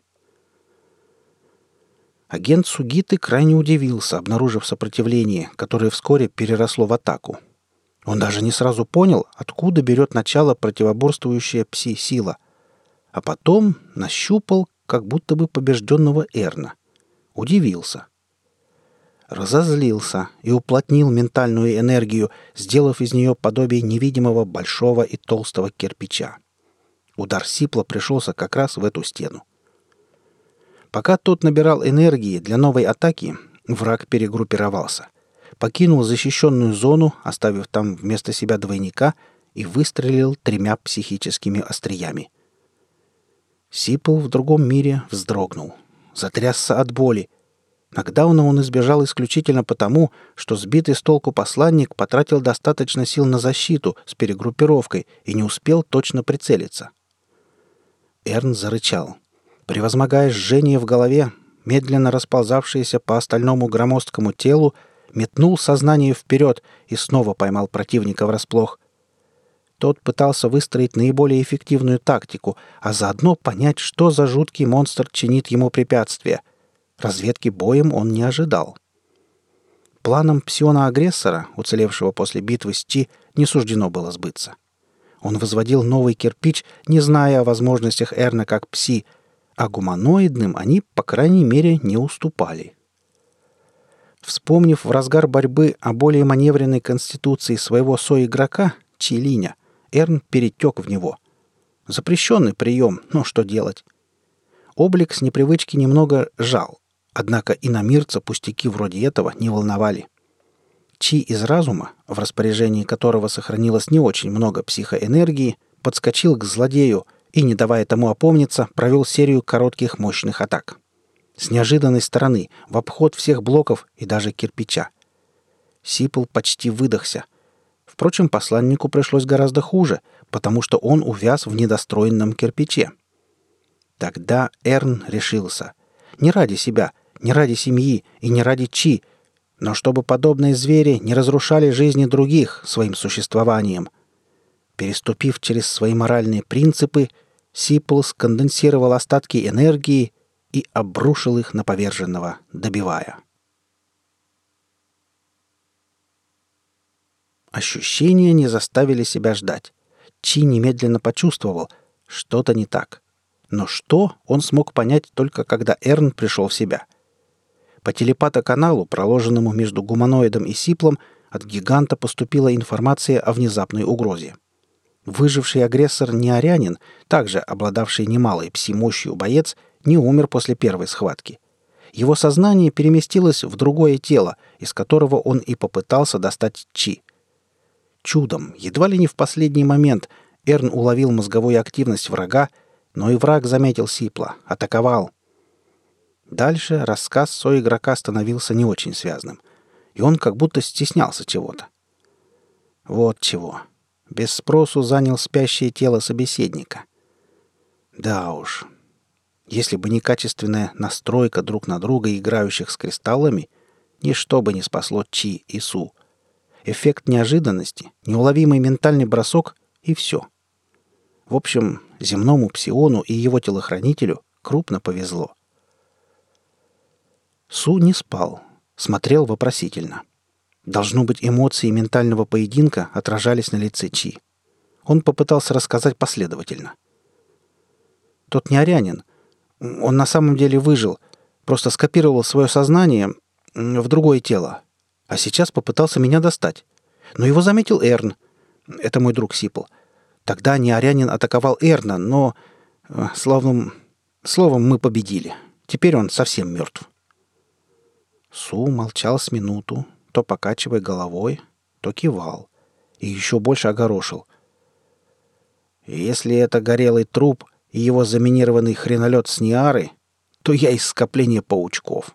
Агент Сугиты крайне удивился, обнаружив сопротивление, которое вскоре переросло в атаку. Он даже не сразу понял, откуда берет начало противоборствующая пси-сила, а потом нащупал как будто бы побежденного Эрна. Удивился. разозлился и уплотнил ментальную энергию, сделав из нее подобие невидимого большого и толстого кирпича. Удар Сипла пришелся как раз в эту стену. Пока тот набирал энергии для новой атаки, враг перегруппировался, покинул защищенную зону, оставив там вместо себя двойника, и выстрелил 3 психическими остриями. Сипл в другом мире вздрогнул, затрясся от боли. Нокдауна он избежал исключительно потому, что сбитый с толку посланник потратил достаточно сил на защиту с перегруппировкой и не успел точно прицелиться. Эрн зарычал. Превозмогая жжение в голове, медленно расползавшееся по остальному громоздкому телу, метнул сознание вперед и снова поймал противника врасплох. Тот пытался выстроить наиболее эффективную тактику, а заодно понять, что за жуткий монстр чинит ему препятствия. Разведки боем он не ожидал. Планам псиона-агрессора, уцелевшего после битвы с Чи, не суждено было сбыться. Он возводил новый кирпич, не зная о возможностях Эрна как пси, а гуманоидным они, по крайней мере, не уступали. Вспомнив в разгар борьбы о более маневренной конституции своего соигрока, Чи-Линя, Эрн перетек в него. Запрещенный прием, но что делать? Облик с непривычки немного жал, однако иномирца пустяки вроде этого не волновали. Чи из разума, в распоряжении которого сохранилось не очень много психоэнергии, подскочил к злодею и, не давая тому опомниться, провел серию коротких мощных атак. С неожиданной стороны, в обход всех блоков и даже кирпича. Сипл почти выдохся. Впрочем, посланнику пришлось гораздо хуже, потому что он увяз в недостроенном кирпиче. Тогда Эрн решился. Не ради себя, не ради семьи и не ради Чи, но чтобы подобные звери не разрушали жизни других своим существованием. Переступив через свои моральные принципы, Сипл сконденсировал остатки энергии и обрушил их на поверженного, добивая. Ощущения не заставили себя ждать. Чи немедленно почувствовал, что-то не так. Но что, он смог понять только когда Эрн пришел в себя. По телепатоканалу, проложенному между гуманоидом и Сиплом, от гиганта поступила информация о внезапной угрозе. Выживший агрессор неорянин, также обладавший немалой пси-мощью боец, не умер после первой схватки. Его сознание переместилось в другое тело, из которого он и попытался достать Чи. Чудом, едва ли не в последний момент, Эрн уловил мозговую активность врага, но и враг заметил Сипла, атаковал. Дальше рассказ соигрока становился не очень связным, и он как будто стеснялся чего-то. Вот чего. Без спросу занял спящее тело собеседника. Да уж. Если бы не качественная настройка друг на друга играющих с кристаллами, ничто бы не спасло Чи и Су. Эффект неожиданности, неуловимый ментальный бросок и все. В общем, земному псиону и его телохранителю крупно повезло. Су не спал, смотрел вопросительно. Должно быть, эмоции ментального поединка отражались на лице Чи. Он попытался рассказать последовательно. Тот неорянин. Он на самом деле выжил, просто скопировал свое сознание в другое тело, а сейчас попытался меня достать. Но его заметил Эрн. Это мой друг Сипл. Тогда неорянин атаковал Эрна, но... Словом, мы победили. Теперь он совсем мертв. Су молчал с минуту, то покачивая головой, то кивал, и еще больше огорошил. Если это горелый труп и его заминированный хренолет с Ниары, то я из скопления паучков.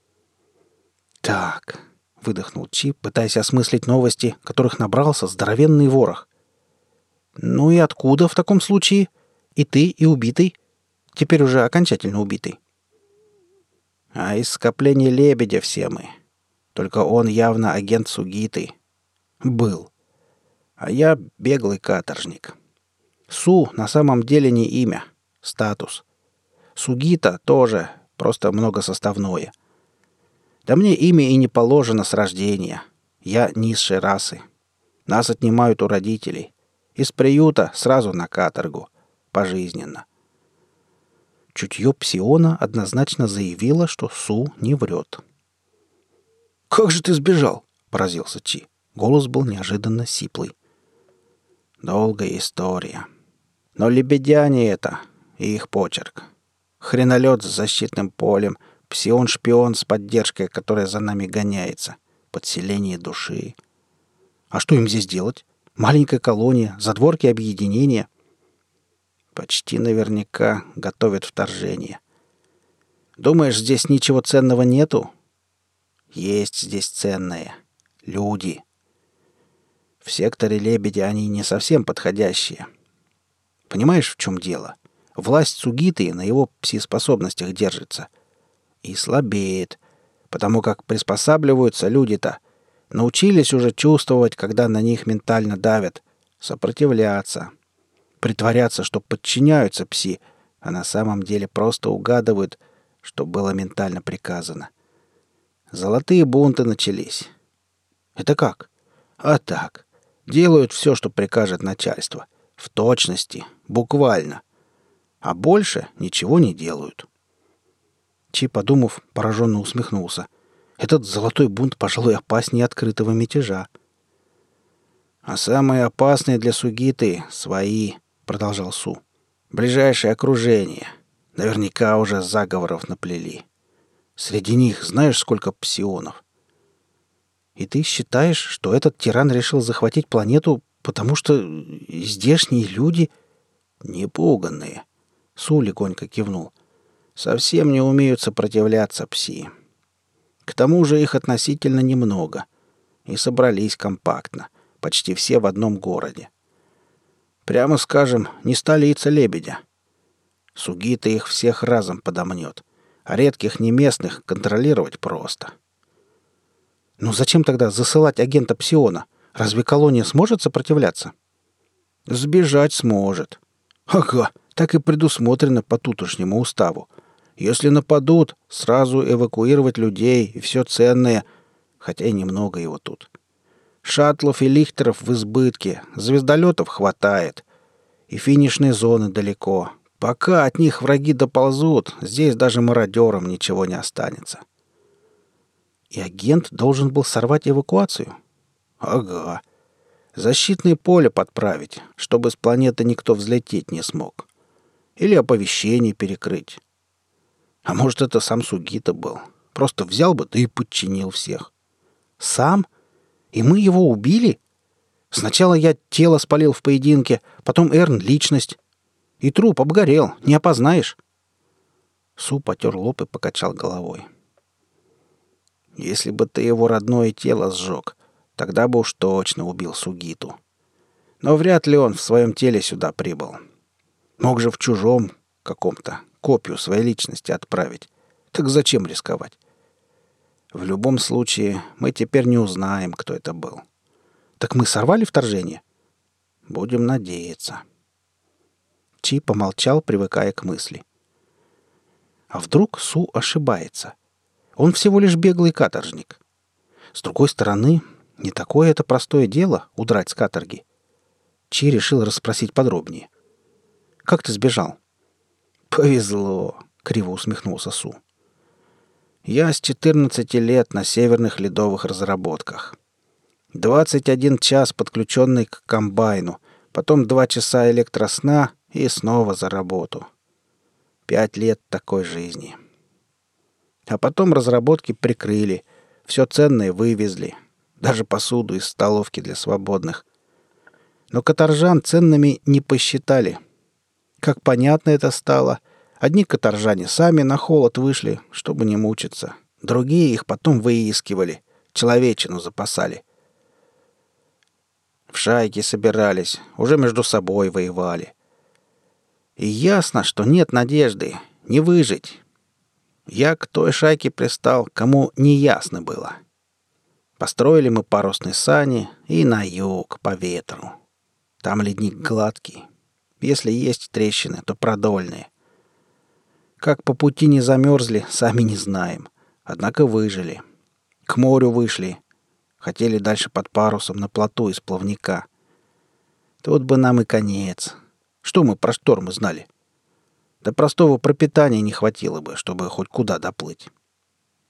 Так, выдохнул Чи, пытаясь осмыслить новости, которых набрался здоровенный ворох. Ну и откуда в таком случае? И ты, и убитый? Теперь уже окончательно убитый. А из скопления Лебедя все мы. Только он явно агент Сугиты. Был. А я беглый каторжник. Су на самом деле не имя, статус. Сугита тоже, просто многосоставное. Да мне имя и не положено с рождения. Я низшей расы. Нас отнимают у родителей. Из приюта сразу на каторгу. Пожизненно. Чутье псиона однозначно заявило, что Су не врет. «Как же ты сбежал?» — поразился Чи. Голос был неожиданно сиплый. «Долгая история. Но лебедяне это и их почерк. Хренолет с защитным полем, псион-шпион с поддержкой, которая за нами гоняется. Подселение души. А что им здесь делать? Маленькая колония, задворки объединения. Почти наверняка готовят вторжение. Думаешь, здесь ничего ценного нету? Есть здесь ценное. Люди. В секторе Лебеди они не совсем подходящие. Понимаешь, в чем дело? Власть Сугиты на его пси-способностях держится. И слабеет, потому как приспосабливаются люди-то. Научились уже чувствовать, когда на них ментально давят, сопротивляться, притворяться, что подчиняются пси, а на самом деле просто угадывают, что было ментально приказано. Золотые бунты начались. Это как? А так. Делают все, что прикажет начальство. В точности, буквально. А больше ничего не делают. Чи, подумав, пораженно усмехнулся. Этот золотой бунт, пожалуй, опаснее открытого мятежа. «А самые опасные для Сугиты — свои», — продолжал Су. «Ближайшее окружение. Наверняка уже заговоров наплели. Среди них знаешь, сколько псионов? И ты считаешь, что этот тиран решил захватить планету, потому что здешние люди непуганные?» Су легонько кивнул. «Совсем не умеют сопротивляться пси. К тому же их относительно немного. И собрались компактно. Почти все в одном городе. Прямо скажем, не столица Лебедя. Сугита их всех разом подомнет. А редких неместных контролировать просто. Ну зачем тогда засылать агента Псиона? Разве колония сможет сопротивляться? Сбежать сможет. Ага, так и предусмотрено по тутошнему уставу. Если нападут, сразу эвакуировать людей и все ценное, хотя и немного его тут. Шаттлов и лихтеров в избытке, звездолетов хватает. И финишной зоны далеко. Пока от них враги доползут, здесь даже мародерам ничего не останется. И агент должен был сорвать эвакуацию? Ага. Защитное поле подправить, чтобы с планеты никто взлететь не смог. Или оповещение перекрыть. А может, это сам Сугита был. Просто взял бы, да и подчинил всех. Сам? И мы его убили? Сначала я тело спалил в поединке, потом Эрн — личность. И труп обгорел, не опознаешь. Су потер лоб и покачал головой. Если бы ты его родное тело сжег, тогда бы уж точно убил Сугиту. Но вряд ли он в своем теле сюда прибыл. Мог же в чужом каком-то копию своей личности отправить. Так зачем рисковать? В любом случае, мы теперь не узнаем, кто это был. Так мы сорвали вторжение? Будем надеяться. Чи помолчал, привыкая к мысли. А вдруг Су ошибается? Он всего лишь беглый каторжник. С другой стороны, не такое это простое дело — удрать с каторги. Чи решил расспросить подробнее. «Как ты сбежал?» «Повезло», — криво усмехнулся Су. «Я с 14 лет на северных ледовых разработках. 21 час подключенный к комбайну, потом 2 часа электросна и снова за работу. 5 лет такой жизни. А потом разработки прикрыли, все ценное вывезли, даже посуду из столовки для свободных. Но каторжан ценными не посчитали. Как понятно это стало, одни каторжане сами на холод вышли, чтобы не мучиться. Другие их потом выискивали, человечину запасали. В шайки собирались, уже между собой воевали. И ясно, что нет надежды, не выжить. Я к той шайке пристал, кому не ясно было. Построили мы парусные сани и на юг, по ветру. Там ледник гладкий. Если есть трещины, то продольные. Как по пути не замерзли, сами не знаем. Однако выжили. К морю вышли. Хотели дальше под парусом на плоту из плавника. Тут бы нам и конец. Что мы про штормы знали? Да простого пропитания не хватило бы, чтобы хоть куда доплыть.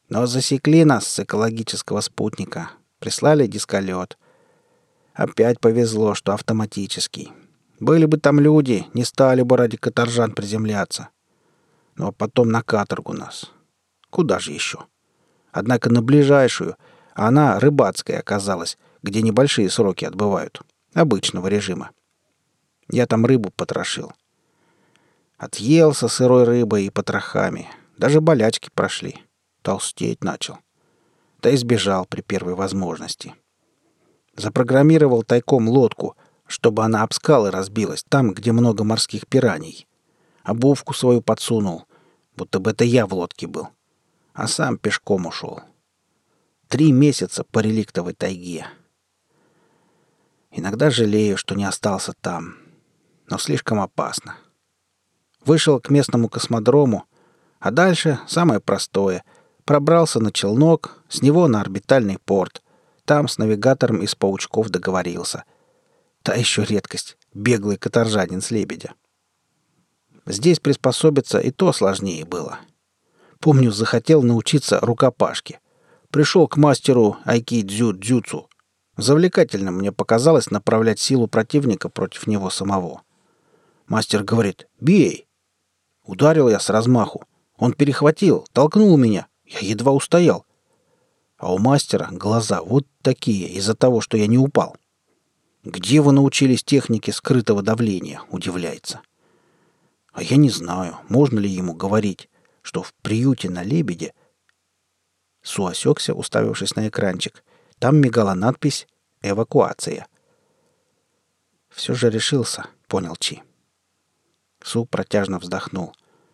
Но засекли нас с экологического спутника. Прислали дисколет. Опять повезло, что автоматический. Были бы там люди, не стали бы ради каторжан приземляться. Ну а потом на каторгу нас. Куда же еще? Однако на ближайшую, а она рыбацкая оказалась, где небольшие сроки отбывают. Обычного режима. Я там рыбу потрошил. Отъелся сырой рыбой и потрохами. Даже болячки прошли. Толстеть начал. Да и сбежал при первой возможности. Запрограммировал тайком лодку, чтобы она об скалы разбилась, там, где много морских пираний. Обувку свою подсунул, будто бы это я в лодке был. А сам пешком ушел. 3 месяца по реликтовой тайге. Иногда жалею, что не остался там. Но слишком опасно. Вышел к местному космодрому, а дальше самое простое. Пробрался на челнок, с него на орбитальный порт. Там с навигатором из паучков договорился. Та еще редкость — беглый каторжанин с лебедя. Здесь приспособиться и то сложнее было. Помню, захотел научиться рукопашке. Пришел к мастеру айки-дзю-дзюцу. Завлекательно мне показалось направлять силу противника против него самого. Мастер говорит: «Бей!» Ударил я с размаху. Он перехватил, толкнул меня. Я едва устоял. А у мастера глаза вот такие из-за того, что я не упал. «Где вы научились технике скрытого давления?» — удивляется. А я не знаю, можно ли ему говорить, что в приюте на Лебеде... Су осекся, уставившись на экранчик. Там мигала надпись «Эвакуация». «Все же решился», — понял Чи. Су протяжно вздохнул.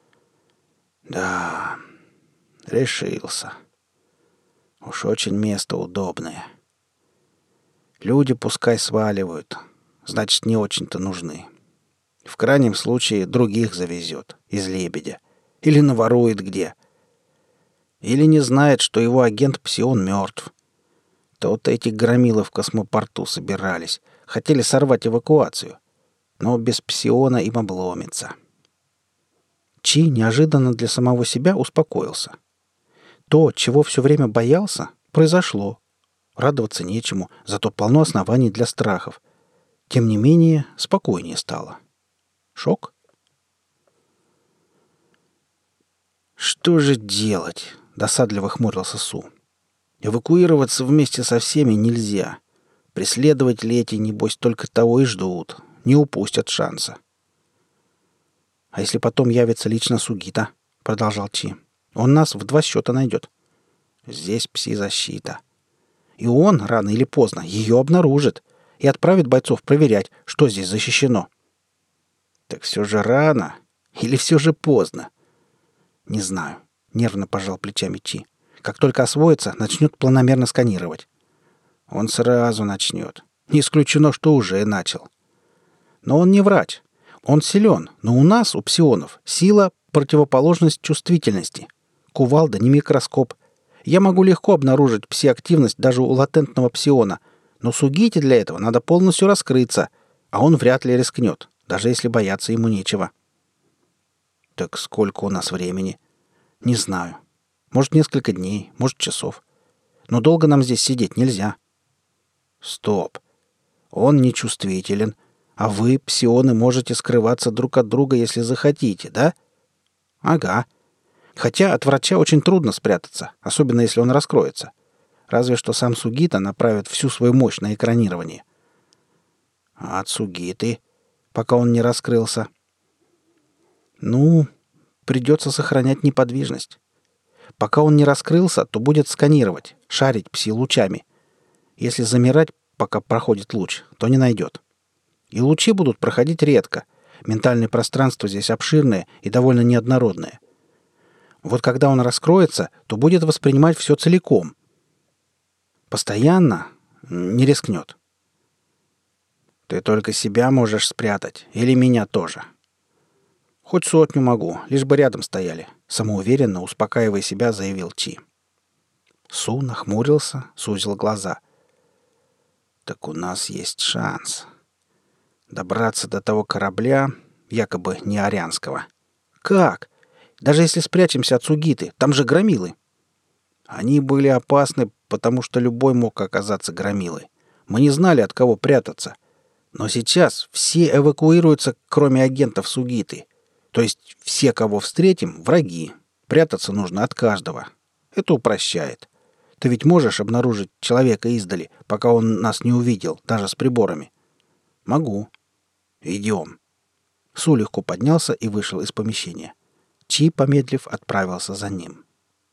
«Да, решился. Уж очень место удобное. Люди пускай сваливают, значит, не очень-то нужны. В крайнем случае других завезет из Лебедя. Или наворует где. Или не знает, что его агент Псион мертв. То-то эти громилы в космопорту собирались. Хотели сорвать эвакуацию. Но без Псиона им обломится». Чи неожиданно для самого себя успокоился. То, чего все время боялся, произошло. Радоваться нечему, зато полно оснований для страхов. Тем не менее, спокойнее стало. Шок? «Что же делать?» — досадливо хмурился Су. «Эвакуироваться вместе со всеми нельзя. Преследователи эти, небось, только того и ждут. Не упустят шанса». «А если потом явится лично Сугита?» — продолжал Чи. «Он нас в 2 счета найдет. Здесь пси-защита. И он, рано или поздно, ее обнаружит и отправит бойцов проверять, что здесь защищено». «Так все же рано или все же поздно?» «Не знаю», — нервно пожал плечами Чи. «Как только освоится, начнет планомерно сканировать». «Он сразу начнет. Не исключено, что уже начал. Но он не врач. Он силен, но у нас, у псионов, сила — противоположность чувствительности. Кувалда не микроскоп. Я могу легко обнаружить пси-активность даже у латентного псиона, но Сугите для этого надо полностью раскрыться, а он вряд ли рискнет, даже если бояться ему нечего». «Так сколько у нас времени?» «Не знаю. Может, несколько дней, может, часов. Но долго нам здесь сидеть нельзя». «Стоп. Он нечувствителен, а вы, псионы, можете скрываться друг от друга, если захотите, да?» «Ага. Хотя от врача очень трудно спрятаться, особенно если он раскроется. Разве что сам Сугита направит всю свою мощь на экранирование». «А от Сугиты, пока он не раскрылся?» «Ну, придется сохранять неподвижность. Пока он не раскрылся, то будет сканировать, шарить пси-лучами. Если замирать, пока проходит луч, то не найдет. И лучи будут проходить редко. Ментальное пространство здесь обширное и довольно неоднородное. Вот когда он раскроется, то будет воспринимать все целиком. Постоянно не рискнет». «Ты только себя можешь спрятать, или меня тоже?» «Хоть 100 могу, лишь бы рядом стояли», — самоуверенно, успокаивая себя, заявил Чи. Су нахмурился, сузил глаза. «Так у нас есть шанс. Добраться до того корабля, якобы не арианского». «Как? Даже если спрячемся от Сугиты, там же громилы». Они были опасны, потому что любой мог оказаться громилой. Мы не знали, от кого прятаться. Но сейчас все эвакуируются, кроме агентов Сугиты. То есть все, кого встретим, враги. Прятаться нужно от каждого. Это упрощает. Ты ведь можешь обнаружить человека издали, пока он нас не увидел, даже с приборами? Могу. Идем. Су легко поднялся и вышел из помещения. Чи, помедлив, отправился за ним.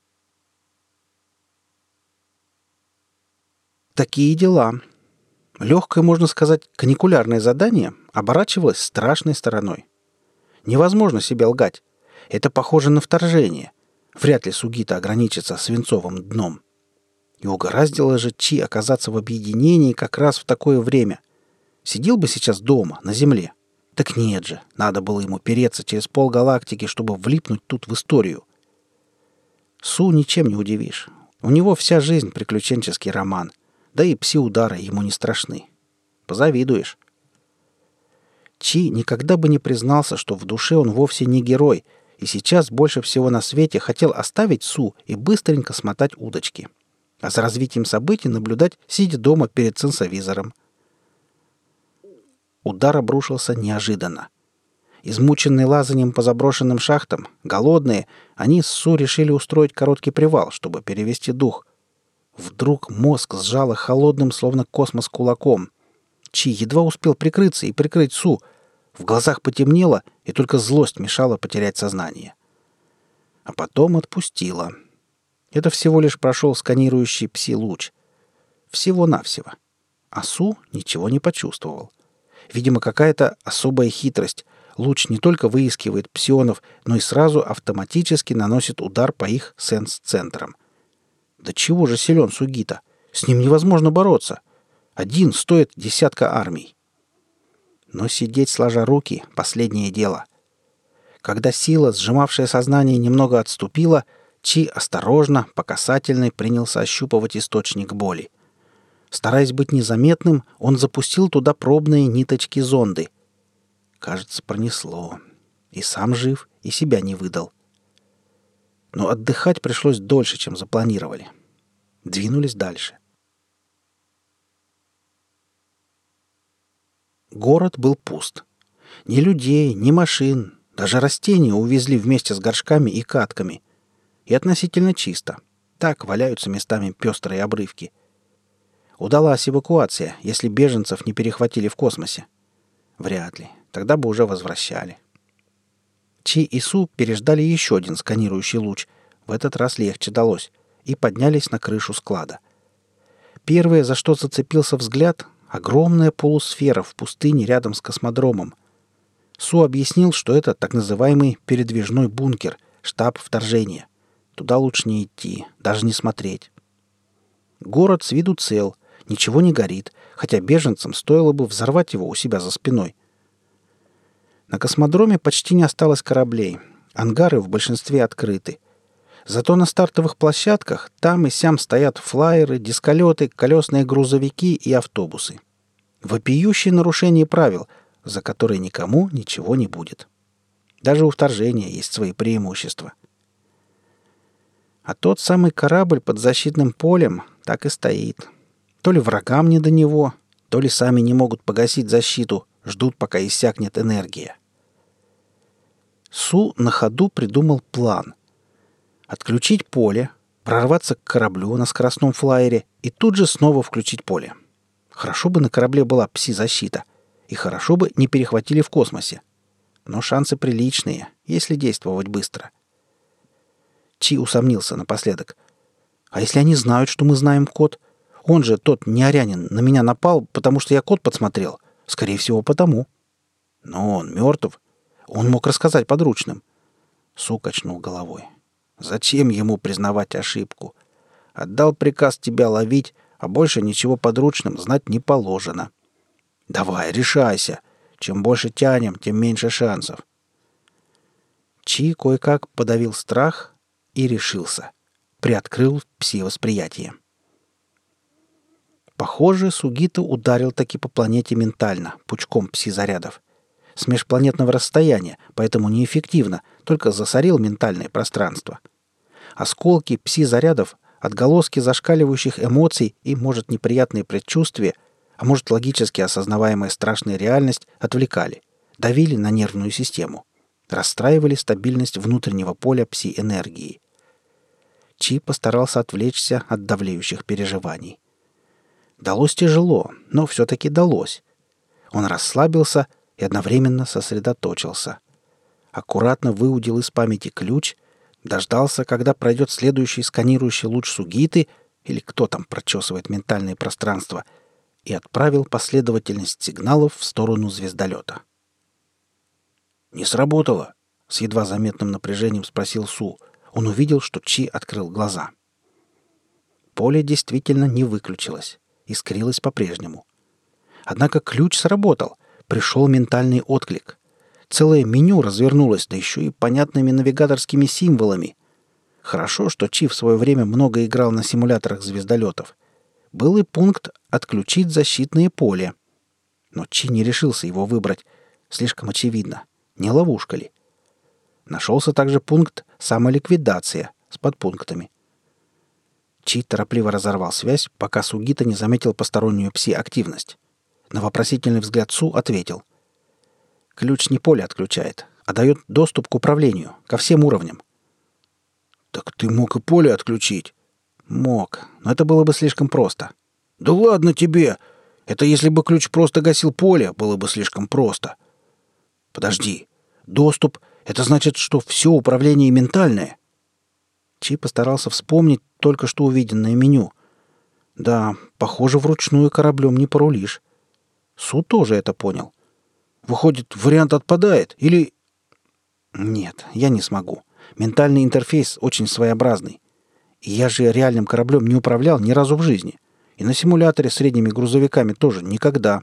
Такие дела. Легкое, можно сказать, каникулярное задание оборачивалось страшной стороной. Невозможно себе лгать. Это похоже на вторжение. Вряд ли Сугита ограничится свинцовым дном. И угораздило же Чи оказаться в объединении как раз в такое время. Сидел бы сейчас дома, на земле. Так нет же, надо было ему переться через полгалактики, чтобы влипнуть тут в историю. Су ничем не удивишь. У него вся жизнь приключенческий роман. Да и пси-удары ему не страшны. Позавидуешь. Чи никогда бы не признался, что в душе он вовсе не герой, и сейчас больше всего на свете хотел оставить Су и быстренько смотать удочки. А за развитием событий наблюдать, сидя дома перед сенсовизором. Удар обрушился неожиданно. Измученные лазанием по заброшенным шахтам, голодные, они с Су решили устроить короткий привал, чтобы перевести дух. Вдруг мозг сжало холодным, словно космос, кулаком. Чи едва успел прикрыться и прикрыть Су. В глазах потемнело, и только злость мешала потерять сознание. А потом отпустила. Это всего лишь прошел сканирующий пси-луч. Всего-навсего. А Су ничего не почувствовал. Видимо, какая-то особая хитрость. Луч не только выискивает псионов, но и сразу автоматически наносит удар по их сенс-центрам. Да чего же силен Сугита? С ним невозможно бороться. Один стоит десятка армий. Но сидеть сложа руки — последнее дело. Когда сила, сжимавшая сознание, немного отступила, Чи осторожно, по касательной, принялся ощупывать источник боли. Стараясь быть незаметным, он запустил туда пробные ниточки-зонды. Кажется, пронесло. И сам жив, и себя не выдал. Но отдыхать пришлось дольше, чем запланировали. Двинулись дальше. Город был пуст. Ни людей, ни машин, даже растения увезли вместе с горшками и катками. И относительно чисто. Так валяются местами пестрые обрывки. Удалась эвакуация, если беженцев не перехватили в космосе. Вряд ли. Тогда бы уже возвращали. Чи и Су переждали еще один сканирующий луч. В этот раз легче далось. И поднялись на крышу склада. Первое, за что зацепился взгляд — огромная полусфера в пустыне рядом с космодромом. Су объяснил, что это так называемый передвижной бункер, штаб вторжения. Туда лучше не идти, даже не смотреть. Город с виду цел, ничего не горит, хотя беженцам стоило бы взорвать его у себя за спиной. На космодроме почти не осталось кораблей. Ангары в большинстве открыты. Зато на стартовых площадках там и сям стоят флайеры, дисколеты, колесные грузовики и автобусы. Вопиющее нарушение правил, за которые никому ничего не будет. Даже у вторжения есть свои преимущества. А тот самый корабль под защитным полем так и стоит. То ли врагам не до него, то ли сами не могут погасить защиту, ждут, пока иссякнет энергия. Су на ходу придумал план. Отключить поле, прорваться к кораблю на скоростном флайере и тут же снова включить поле. Хорошо бы на корабле была пси-защита, и хорошо бы не перехватили в космосе. Но шансы приличные, если действовать быстро. Чи усомнился напоследок. А если они знают, что мы знаем код? Он же, тот неорянин, на меня напал, потому что я код подсмотрел. Скорее всего, потому. Но он мертв. Он мог рассказать подручным. Су качнул головой. Зачем ему признавать ошибку? Отдал приказ тебя ловить, а больше ничего подручным знать не положено. Давай, решайся. Чем больше тянем, тем меньше шансов. Чи кое-как подавил страх и решился. Приоткрыл пси-восприятие. Похоже, Сугита ударил таки по планете ментально, пучком пси-зарядов. С межпланетного расстояния, поэтому неэффективно, только засорил ментальное пространство. Осколки пси-зарядов отголоски зашкаливающих эмоций и, может, неприятные предчувствия, а может, логически осознаваемая страшная реальность отвлекали, давили на нервную систему, расстраивали стабильность внутреннего поля пси-энергии. Чи постарался отвлечься от давлеющих переживаний. Далось тяжело, но все-таки далось. Он расслабился и одновременно сосредоточился. Аккуратно выудил из памяти ключ, дождался, когда пройдет следующий сканирующий луч Сугиты, или кто там прочесывает ментальное пространство, и отправил последовательность сигналов в сторону звездолета. «Не сработало?» — с едва заметным напряжением спросил Су. Он увидел, что Чи открыл глаза. Поле действительно не выключилось, искрилось по-прежнему. Однако ключ сработал, пришел ментальный отклик. Целое меню развернулось, да еще и понятными навигаторскими символами. Хорошо, что Чи в свое время много играл на симуляторах звездолетов. Был и пункт «Отключить защитное поле». Но Чи не решился его выбрать. Слишком очевидно. Не ловушка ли? Нашелся также пункт «Самоликвидация» с подпунктами. Чи торопливо разорвал связь, пока Сугита не заметил постороннюю пси-активность. На вопросительный взгляд Су ответил. «Ключ не поле отключает, а дает доступ к управлению, ко всем уровням». «Так ты мог и поле отключить?» «Мог, но это было бы слишком просто». «Да ладно тебе! Это если бы ключ просто гасил поле, было бы слишком просто». «Подожди. Доступ — это значит, что все управление ментальное». Чи постарался вспомнить только что увиденное меню. Да, похоже, вручную кораблем не порулишь. Су тоже это понял. Выходит, вариант отпадает? Или... Нет, я не смогу. Ментальный интерфейс очень своеобразный. И я же реальным кораблем не управлял ни разу в жизни. И на симуляторе с средними грузовиками тоже никогда.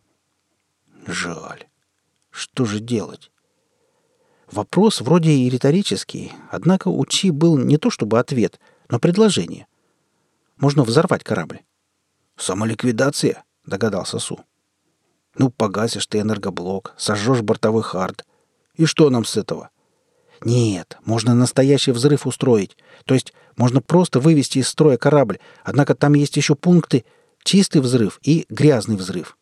Жаль. Что же делать? Вопрос вроде и риторический, однако у Чи был не то чтобы ответ, но предложение. Можно взорвать корабль. «Самоликвидация?» — догадался Су. «Ну, погасишь ты энергоблок, сожжешь бортовой хард. И что нам с этого?» «Нет, можно настоящий взрыв устроить. То есть можно просто вывести из строя корабль, однако там есть еще пункты чистый взрыв и грязный взрыв».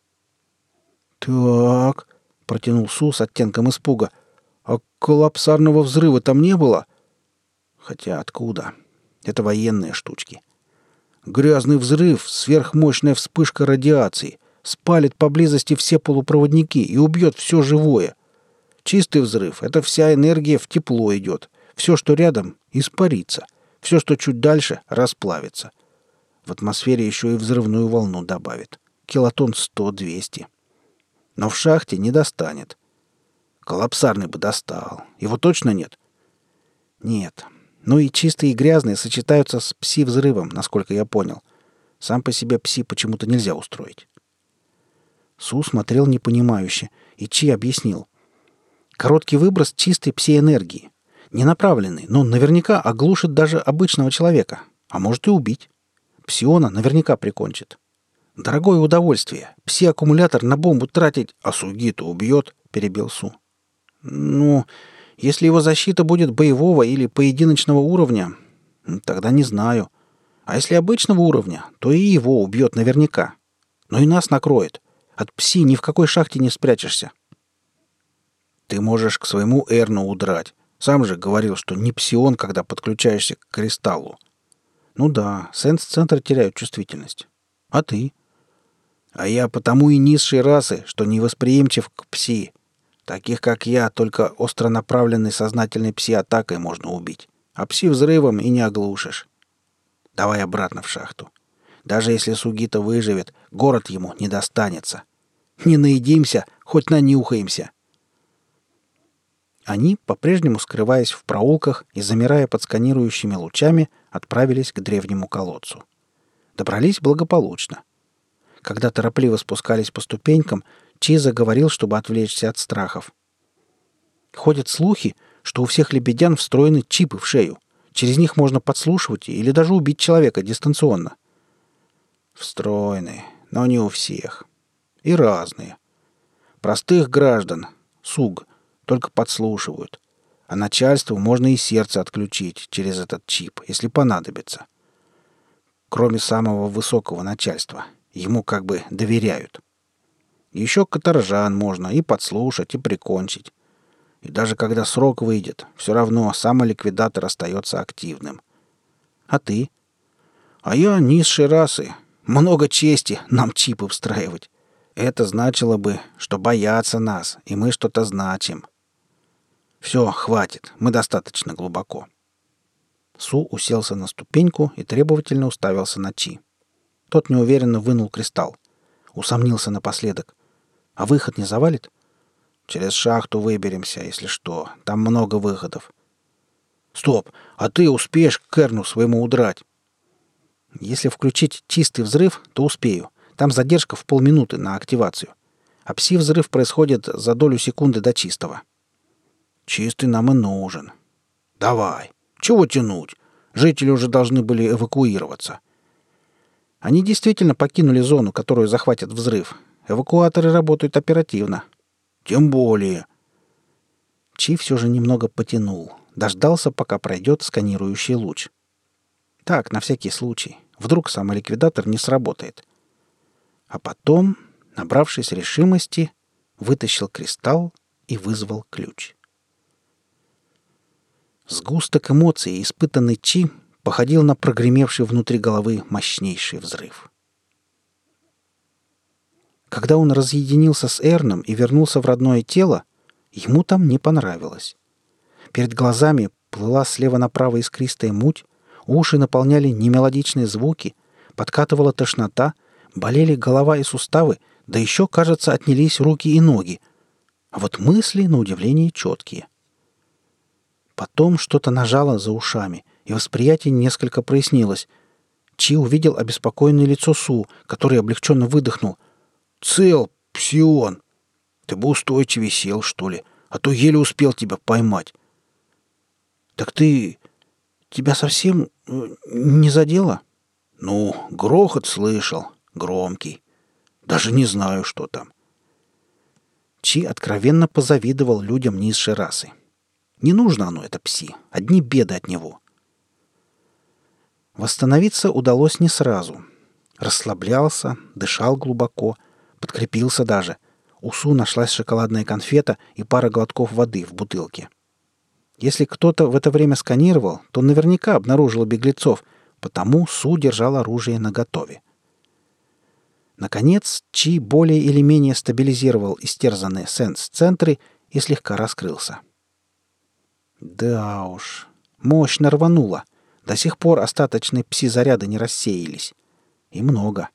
«Так», — протянул Су с оттенком испуга, «а коллапсарного взрыва там не было?» «Хотя откуда? Это военные штучки». «Грязный взрыв, сверхмощная вспышка радиации, спалит поблизости все полупроводники и убьет все живое. Чистый взрыв — это вся энергия в тепло идет. Все, что рядом, испарится. Все, что чуть дальше, расплавится. В атмосфере еще и взрывную волну добавит. Килотонн 100-200. Но в шахте не достанет. Коллапсарный бы достал. Его точно нет?» «Нет. Ну и чистые и грязные сочетаются с пси-взрывом, насколько я понял. Сам по себе пси почему-то нельзя устроить». Су смотрел непонимающе, и Чи объяснил. Короткий выброс чистой пси-энергии. Ненаправленный, но наверняка оглушит даже обычного человека. А может и убить. Псиона наверняка прикончит. Дорогое удовольствие. Пси-аккумулятор на бомбу тратить, а Сугиту убьет, перебил Су. Ну, если его защита будет боевого или поединочного уровня, тогда не знаю. А если обычного уровня, то и его убьет наверняка. Но и нас накроет. От пси ни в какой шахте не спрячешься. Ты можешь к своему Эрну удрать. Сам же говорил, что не псион, когда подключаешься к кристаллу. Ну да, сенс-центры теряют чувствительность. А ты? А я потому и низшей расы, что невосприимчив к пси. Таких, как я, только остро направленной сознательной пси-атакой можно убить. А пси-взрывом и не оглушишь. Давай обратно в шахту. Даже если Сугита выживет, город ему не достанется. Не наедимся, хоть нанюхаемся. Они, по-прежнему скрываясь в проулках и замирая под сканирующими лучами, отправились к древнему колодцу. Добрались благополучно. Когда торопливо спускались по ступенькам, Чи заговорил, чтобы отвлечься от страхов. Ходят слухи, что у всех лебедян встроены чипы в шею. Через них можно подслушивать или даже убить человека дистанционно. Встроены, но не у всех. И разные. Простых граждан, СУГ, только подслушивают. А начальству можно и сердце отключить через этот чип, если понадобится. кроме самого высокого начальства. Ему как бы доверяют. Еще каторжан можно и подслушать, и прикончить. И даже когда срок выйдет, все равно самоликвидатор остается активным. А ты? А я низшей расы. Много чести нам чипы встраивать. Это значило бы, что боятся нас, и мы что-то значим. Все, хватит, мы достаточно глубоко. Су уселся на ступеньку и требовательно уставился на Чи. Тот неуверенно вынул кристалл. Усомнился напоследок. А выход не завалит? Через шахту выберемся, если что. Там много выходов. Стоп! А ты успеешь к Керну своему удрать? Если включить чистый взрыв, то успею. Там задержка в полминуты на активацию. А пси-взрыв происходит за долю секунды до чистого. Чистый нам и нужен. Давай. Чего тянуть? Жители уже должны были эвакуироваться. Они действительно покинули зону, которую захватит взрыв. Эвакуаторы работают оперативно. Тем более. Чи все же немного потянул. Дождался, пока пройдет сканирующий луч. Так, на всякий случай. Вдруг самоликвидатор не сработает. А потом, набравшись решимости, вытащил кристалл и вызвал ключ. Сгусток эмоций, испытанный Чи, походил на прогремевший внутри головы мощнейший взрыв. Когда он разъединился с Эрном и вернулся в родное тело, ему там не понравилось. Перед глазами плыла слева направо искристая муть, уши наполняли немелодичные звуки, подкатывала тошнота, болели голова и суставы, да еще, кажется, отнялись руки и ноги. А вот мысли, на удивление, четкие. Потом что-то нажало за ушами, и восприятие несколько прояснилось. Чи увидел обеспокоенное лицо Су, который облегченно выдохнул. «Цел, псион! Ты бы устойчивее сел, что ли, а то еле успел тебя поймать». «Так ты... тебя совсем не задело?» «Ну, грохот слышал. Громкий. Даже не знаю, что там». Чи откровенно позавидовал людям низшей расы. Не нужно оно, это пси. Одни беды от него. Восстановиться удалось не сразу. Расслаблялся, дышал глубоко, подкрепился даже. У Су нашлась шоколадная конфета и пара глотков воды в бутылке. Если кто-то в это время сканировал, то наверняка обнаружил беглецов, потому Су держал оружие наготове. Наконец, Чи более или менее стабилизировал истерзанные сенс-центры и слегка раскрылся. Да уж, мощно рвануло. До сих пор остаточные пси-заряды не рассеялись. И много.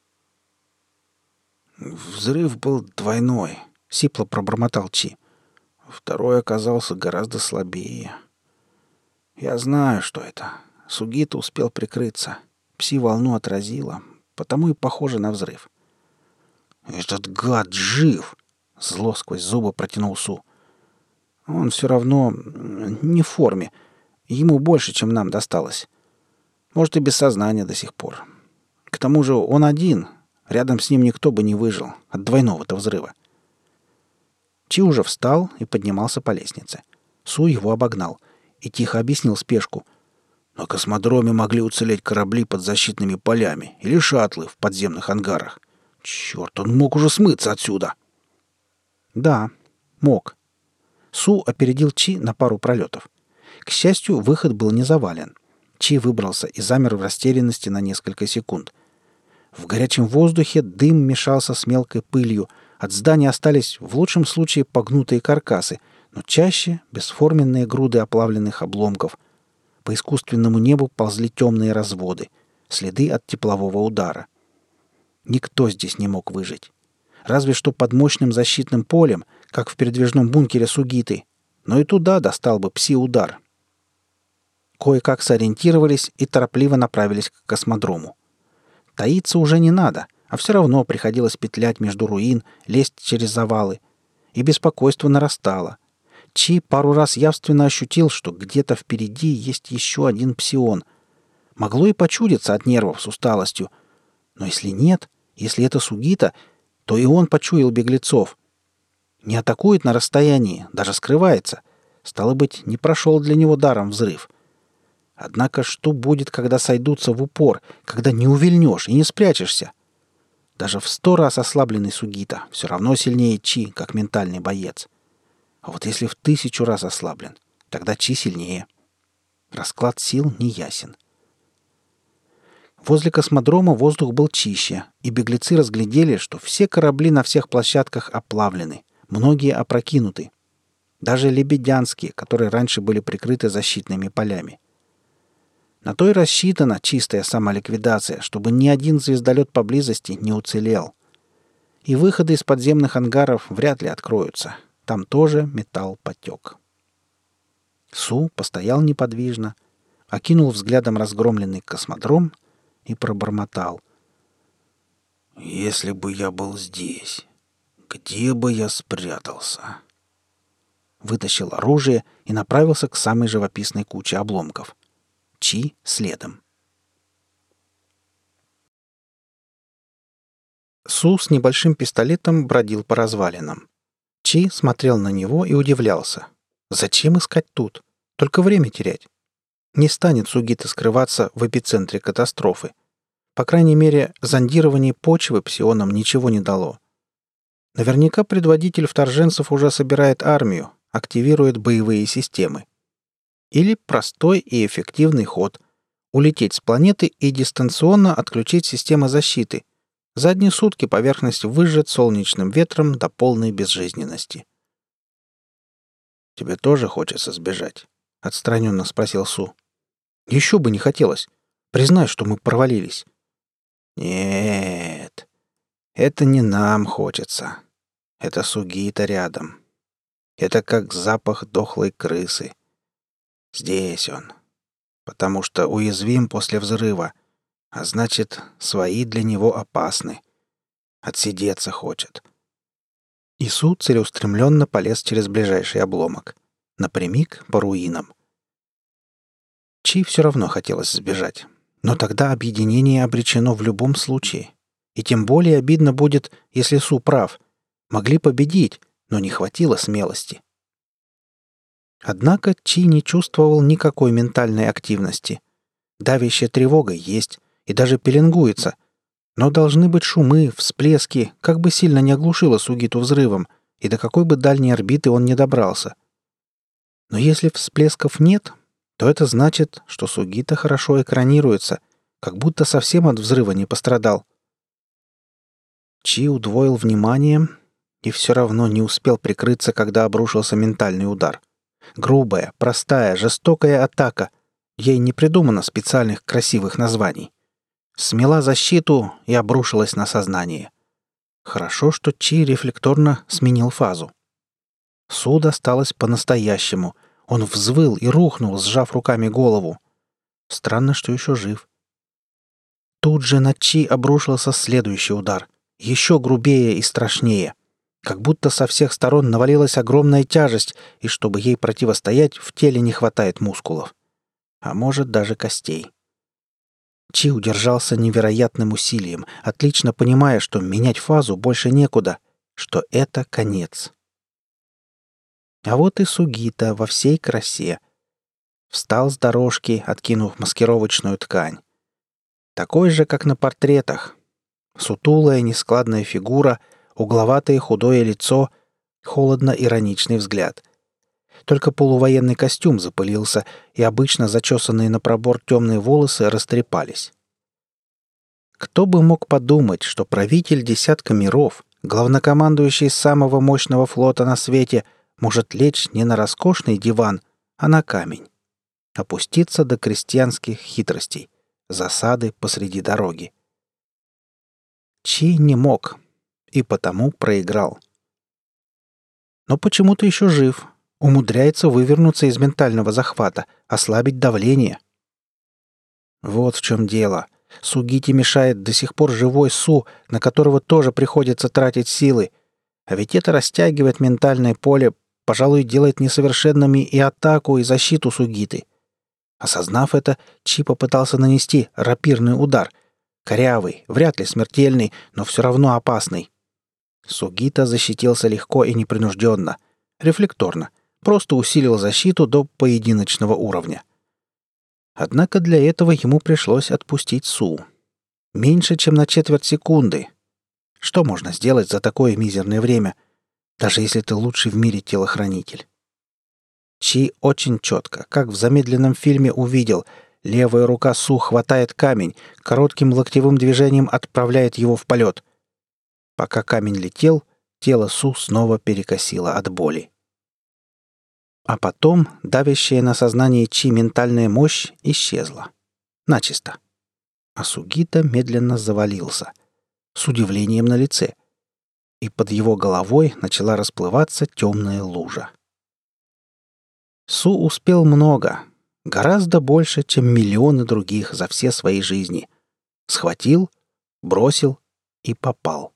«Взрыв был двойной», — сипло пробормотал Чи. «Второй оказался гораздо слабее. Я знаю, что это. Сугита успел прикрыться. Пси-волну отразило, потому и похоже на взрыв». «Этот гад жив!» — зло сквозь зубы протянул Су. «Он все равно не в форме. Ему больше, чем нам досталось. Может, и без сознания до сих пор. К тому же он один. Рядом с ним никто бы не выжил от двойного-то взрыва». Чи уже встал и поднимался по лестнице. Су его обогнал и тихо объяснил спешку. «На космодроме могли уцелеть корабли под защитными полями или шаттлы в подземных ангарах. Черт, он мог уже смыться отсюда!» «Да, мог». Су опередил Чи на пару пролетов. К счастью, выход был не завален. Чи выбрался и замер в растерянности на несколько секунд. В горячем воздухе дым мешался с мелкой пылью. От здания остались в лучшем случае погнутые каркасы, но чаще бесформенные груды оплавленных обломков. По искусственному небу ползли темные разводы, следы от теплового удара. Никто здесь не мог выжить. Разве что под мощным защитным полем, как в передвижном бункере Сугиты. Но и туда достал бы пси-удар. Кое-как сориентировались и торопливо направились к космодрому. Таиться уже не надо, а все равно приходилось петлять между руин, лезть через завалы. И беспокойство нарастало. Чи пару раз явственно ощутил, что где-то впереди есть еще один псион. Могло и почудиться от нервов с усталостью. Но если нет, если это Сугита, то и он почуял беглецов. Не атакует на расстоянии, даже скрывается. Стало быть, не прошел для него даром взрыв. Однако что будет, когда сойдутся в упор, когда не увильнешь и не спрячешься? Даже в 100 раз ослабленный Сугита все равно сильнее Чи, как ментальный боец. А вот если в 1000 раз ослаблен, тогда Чи сильнее. Расклад сил неясен. Возле космодрома воздух был чище, и беглецы разглядели, что все корабли на всех площадках оплавлены, многие опрокинуты. Даже лебедянские, которые раньше были прикрыты защитными полями. На то и рассчитана чистая самоликвидация, чтобы ни один звездолет поблизости не уцелел. И выходы из подземных ангаров вряд ли откроются. Там тоже металл потек. Су постоял неподвижно, окинул взглядом разгромленный космодром и пробормотал. «Если бы я был здесь, где бы я спрятался?» Вытащил оружие и направился к самой живописной куче обломков. Чи следом. Су с небольшим пистолетом бродил по развалинам. Чи смотрел на него и удивлялся. Зачем искать тут? Только время терять. Не станет Сугита скрываться в эпицентре катастрофы. По крайней мере, зондирование почвы псионам ничего не дало. Наверняка предводитель вторженцев уже собирает армию, активирует боевые системы. Или простой и эффективный ход — улететь с планеты и дистанционно отключить системы защиты. За одни сутки поверхность выжжет солнечным ветром до полной безжизненности. «Тебе тоже хочется сбежать?» — отстраненно спросил Су. «Еще бы не хотелось. Признай, что мы провалились». «Нет, это не нам хочется. Это Сугита рядом. Это как запах дохлой крысы. Здесь он. Потому что уязвим после взрыва, а значит, свои для него опасны. Отсидеться хочет». Ису целеустремленно полез через ближайший обломок. Напрямик по руинам. Чи все равно хотелось сбежать. Но тогда объединение обречено в любом случае. И тем более обидно будет, если Су прав. Могли победить, но не хватило смелости. Однако Чи не чувствовал никакой ментальной активности. Давящая тревога есть и даже пеленгуется. Но должны быть шумы, всплески, как бы сильно не оглушило Сугиту взрывом, и до какой бы дальней орбиты он не добрался. Но если всплесков нет, то это значит, что Сугита хорошо экранируется, как будто совсем от взрыва не пострадал. Чи удвоил внимание и все равно не успел прикрыться, когда обрушился ментальный удар. Грубая, простая, жестокая атака. Ей не придумано специальных красивых названий. Смела защиту и обрушилась на сознание. Хорошо, что Чи рефлекторно сменил фазу. Су досталось по-настоящему. Он взвыл и рухнул, сжав руками голову. Странно, что еще жив. Тут же на Чи обрушился следующий удар. Еще грубее и страшнее. Как будто со всех сторон навалилась огромная тяжесть, и чтобы ей противостоять, в теле не хватает мускулов. А может, даже костей. Чи удержался невероятным усилием, отлично понимая, что менять фазу больше некуда, что это конец. А вот и Сугита во всей красе. Встал с дорожки, откинув маскировочную ткань. Такой же, как на портретах. Сутулая, нескладная фигура, угловатое худое лицо, холодно-ироничный взгляд. Только полувоенный костюм запылился, и обычно зачесанные на пробор темные волосы растрепались. Кто бы мог подумать, что правитель десятка миров, главнокомандующий самого мощного флота на свете, может лечь не на роскошный диван, а на камень. Опуститься до крестьянских хитростей, засады посреди дороги. Чи не мог, и потому проиграл. Но почему-то еще жив, умудряется вывернуться из ментального захвата, ослабить давление. Вот в чем дело. Сугите мешает до сих пор живой Су, на которого тоже приходится тратить силы. А ведь это растягивает ментальное поле, пожалуй, делает несовершенными и атаку, и защиту Сугиты. Осознав это, Чи попытался нанести рапирный удар. Корявый, вряд ли смертельный, но все равно опасный. Сугита защитился легко и непринужденно, рефлекторно, просто усилил защиту до поединочного уровня. Однако для этого ему пришлось отпустить Су. Меньше, чем на четверть секунды. Что можно сделать за такое мизерное время, даже если ты лучший в мире телохранитель? Чи очень четко, как в замедленном фильме увидел, левая рука Су хватает камень, коротким локтевым движением отправляет его в полет. Пока камень летел, тело Су снова перекосило от боли. А потом давящая на сознание Чи ментальная мощь исчезла. Начисто. А Сугита медленно завалился. С удивлением на лице. И под его головой начала расплываться темная лужа. Су успел много. Гораздо больше, чем миллионы других за все свои жизни. Схватил, бросил и попал.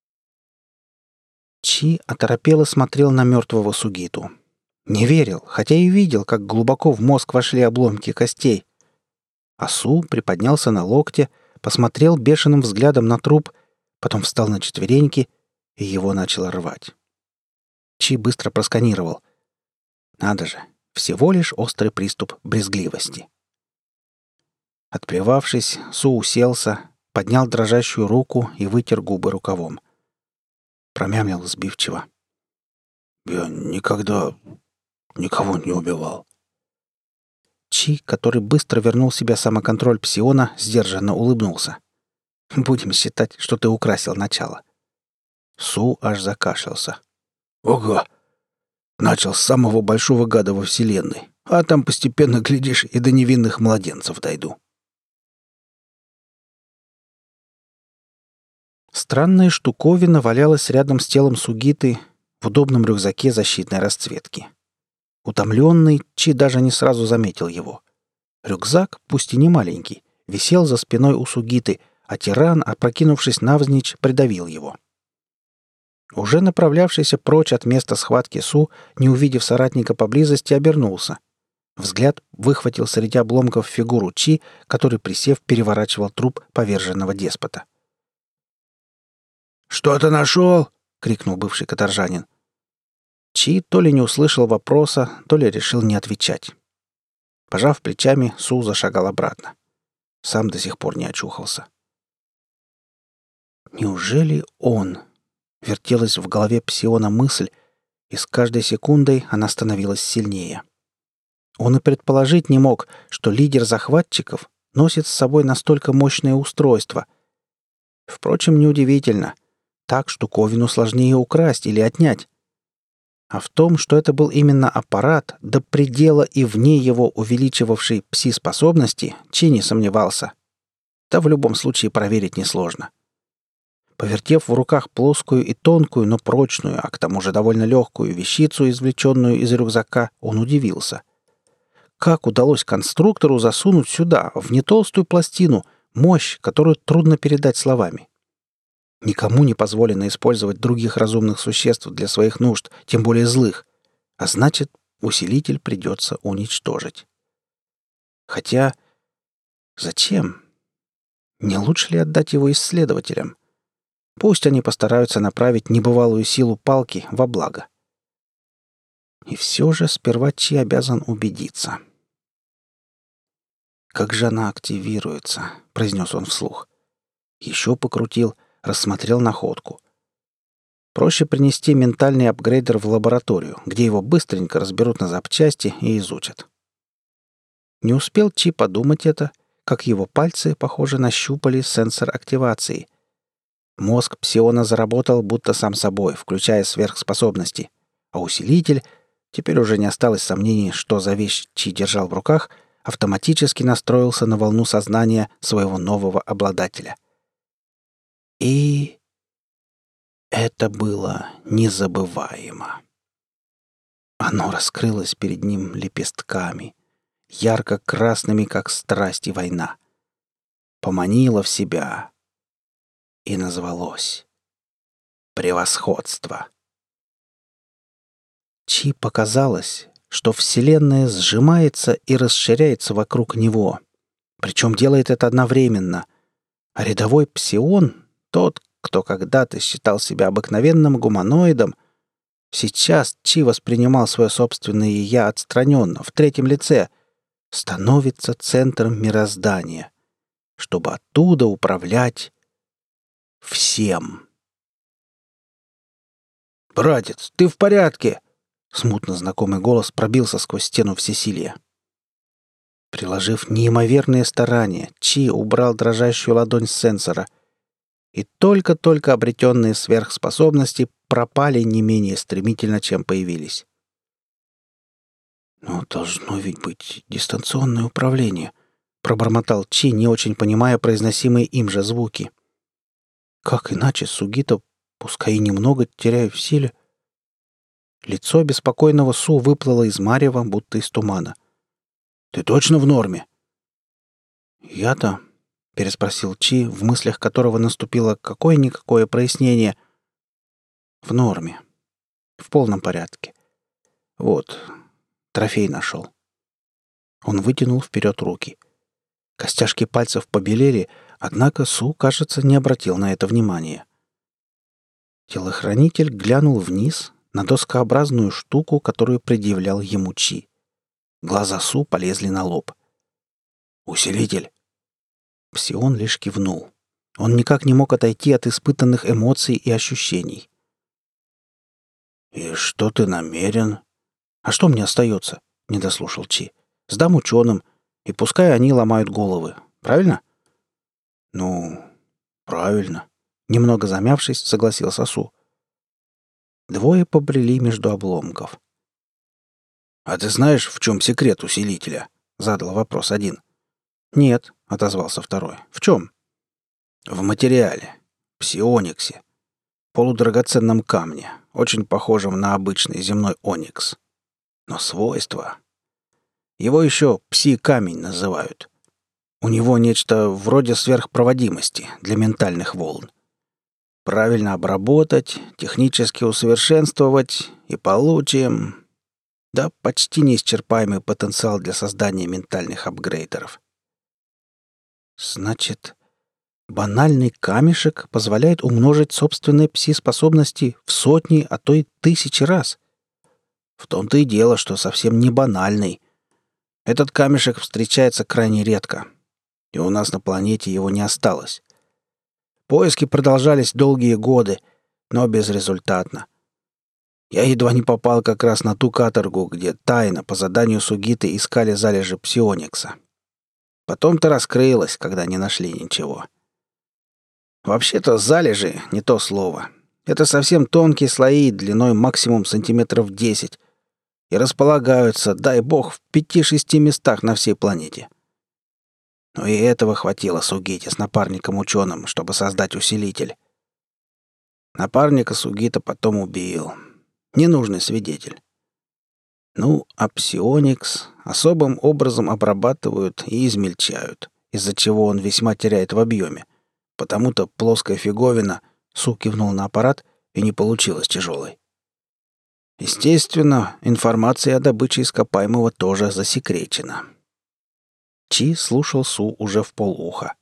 Чи оторопело смотрел на мертвого Сугиту. Не верил, хотя и видел, как глубоко в мозг вошли обломки костей. Асу приподнялся на локте, посмотрел бешеным взглядом на труп, потом встал на четвереньки, и его начало рвать. Чи быстро просканировал. Надо же, всего лишь острый приступ брезгливости. Отплевавшись, Су уселся, поднял дрожащую руку и вытер губы рукавом. Промямлил сбивчиво. «Я никогда никого не убивал». Чи, который быстро вернул себе самоконтроль псиона, сдержанно улыбнулся. «Будем считать, что ты украсил начало». Су аж закашлялся. «Ого! Начал с самого большого гада во Вселенной, а там постепенно, глядишь, и до невинных младенцев дойду». Странная штуковина валялась рядом с телом Сугиты в удобном рюкзаке защитной расцветки. Утомленный, Чи даже не сразу заметил его. Рюкзак, пусть и не маленький, висел за спиной у Сугиты, а тиран, опрокинувшись навзничь, придавил его. Уже направлявшийся прочь от места схватки Су, не увидев соратника поблизости, обернулся. Взгляд выхватил среди обломков фигуру Чи, который, присев, переворачивал труп поверженного деспота. «Что ты нашел?» — крикнул бывший каторжанин. Чи то ли не услышал вопроса, то ли решил не отвечать. Пожав плечами, Су зашагал обратно. Сам до сих пор не очухался. «Неужели он?» — вертелась в голове псиона мысль, и с каждой секундой она становилась сильнее. Он и предположить не мог, что лидер захватчиков носит с собой настолько мощное устройство. Впрочем, неудивительно. Так штуковину сложнее украсть или отнять. А в том, что это был именно аппарат, до предела и вне его увеличивавший пси-способности, Чи не сомневался. Да в любом случае проверить несложно. Повертев в руках плоскую и тонкую, но прочную, а к тому же довольно легкую вещицу, извлеченную из рюкзака, он удивился. Как удалось конструктору засунуть сюда, в нетолстую пластину, мощь, которую трудно передать словами? Никому не позволено использовать других разумных существ для своих нужд, тем более злых. А значит, усилитель придется уничтожить. Хотя... Зачем? Не лучше ли отдать его исследователям? Пусть они постараются направить небывалую силу палки во благо. И все же сперва Чи обязан убедиться. «Как же она активируется?» — произнес он вслух. Еще покрутил, рассмотрел находку. Проще принести ментальный апгрейдер в лабораторию, где его быстренько разберут на запчасти и изучат. Не успел Чи подумать это, как его пальцы, похоже, нащупали сенсор активации. Мозг псиона заработал будто сам собой, включая сверхспособности, а усилитель, теперь уже не осталось сомнений, что за вещь Чи держал в руках, автоматически настроился на волну сознания своего нового обладателя. И это было незабываемо. Оно раскрылось перед ним лепестками, ярко-красными, как страсть и война. Поманило в себя и назвалось «Превосходство». Чи показалось, что Вселенная сжимается и расширяется вокруг него, причем делает это одновременно, а рядовой псион, тот, кто когда-то считал себя обыкновенным гуманоидом, сейчас Чи воспринимал свое собственное «я» отстраненно, в третьем лице, становится центром мироздания, чтобы оттуда управлять всем. «Братец, ты в порядке?» Смутно знакомый голос пробился сквозь стену всесилия. Приложив неимоверные старания, Чи убрал дрожащую ладонь с сенсора, и только-только обретенные сверхспособности пропали не менее стремительно, чем появились. «Но должно ведь быть дистанционное управление», — пробормотал Чи, не очень понимая произносимые им же звуки. «Как иначе Сугита, пускай и немного, теряя в силе?» Лицо беспокойного Су выплыло из марева, будто из тумана. «Ты точно в норме?» «Я-то?» — переспросил Чи, в мыслях которого наступило какое-никакое прояснение. «В норме. В полном порядке. Вот, трофей нашел». Он вытянул вперед руки. Костяшки пальцев побелели, однако Су, кажется, не обратил на это внимания. Телохранитель глянул вниз на доскообразную штуку, которую предъявлял ему Чи. Глаза Су полезли на лоб. «Усилитель!» Псион лишь кивнул. Он никак не мог отойти от испытанных эмоций и ощущений. «И что ты намерен?» «А что мне остается?» — не дослушал Чи. «Сдам ученым, и пускай они ломают головы. Правильно?» «Ну, правильно», — немного замявшись, согласился Су. Двое побрели между обломков. «А ты знаешь, в чем секрет усилителя?» — задал вопрос один. «Нет», — отозвался второй. «В чем?» «В материале. Псиониксе. Полудрагоценном камне, очень похожем на обычный земной оникс. Но свойства... Его еще пси-камень называют. У него нечто вроде сверхпроводимости для ментальных волн. Правильно обработать, технически усовершенствовать, и получим... Да, почти неисчерпаемый потенциал для создания ментальных апгрейдеров. Значит, банальный камешек позволяет умножить собственные пси-способности в сотни, а то и тысячи раз. В том-то и дело, что совсем не банальный. Этот камешек встречается крайне редко, и у нас на планете его не осталось. Поиски продолжались долгие годы, но безрезультатно. Я едва не попал как раз на ту каторгу, где тайно по заданию Сугиты искали залежи псионикса. Потом-то раскрылось, когда не нашли ничего. Вообще-то залежи — не то слово. Это совсем тонкие слои длиной максимум сантиметров 10 и располагаются, дай бог, в 5-6 местах на всей планете. Но и этого хватило Сугите с напарником-ученым, чтобы создать усилитель. Напарника Сугита потом убил. Ненужный свидетель. Ну, а псионикс особым образом обрабатывают и измельчают, из-за чего он весьма теряет в объеме. Потому-то плоская фиговина, Су кивнул на аппарат, и не получилась тяжелой. Естественно, информация о добыче ископаемого тоже засекречена. Чи слушал Су уже вполуха.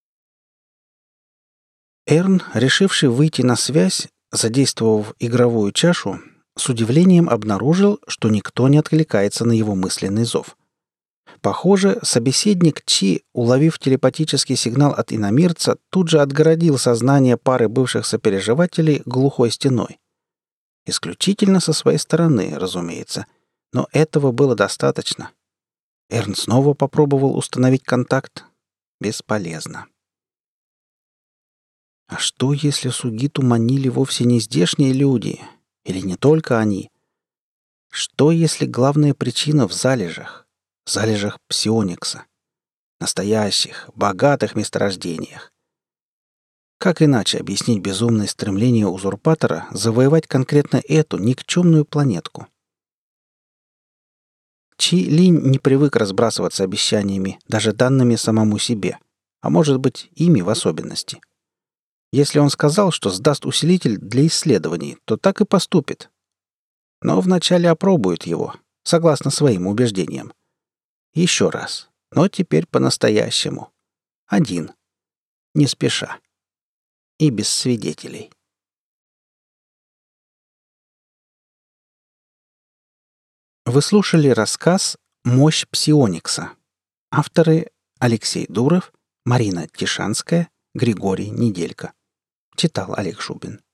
Эрн, решивший выйти на связь, задействовав игровую чашу, с удивлением обнаружил, что никто не откликается на его мысленный зов. Похоже, собеседник Чи, уловив телепатический сигнал от иномирца, тут же отгородил сознание пары бывших сопереживателей глухой стеной. Исключительно со своей стороны, разумеется, но этого было достаточно. Эрн снова попробовал установить контакт. Бесполезно. А что, если Сугиту манили вовсе не здешние люди? Или не только они? Что, если главная причина в залежах? В залежах псионикса. Настоящих, богатых месторождениях. Как иначе объяснить безумное стремление узурпатора завоевать конкретно эту никчемную планетку? Чи Линь не привык разбрасываться обещаниями, даже данными самому себе, а может быть, ими в особенности. Если он сказал, что сдаст усилитель для исследований, то так и поступит. Но вначале опробует его, согласно своим убеждениям. Еще раз, но теперь по-настоящему. Один. Не спеша. И без свидетелей. Вы слушали рассказ «Мощь псионикса». Авторы Алексей Дуров, Марина Тишанская, Григорий Неделько. Читал Олег Шубин.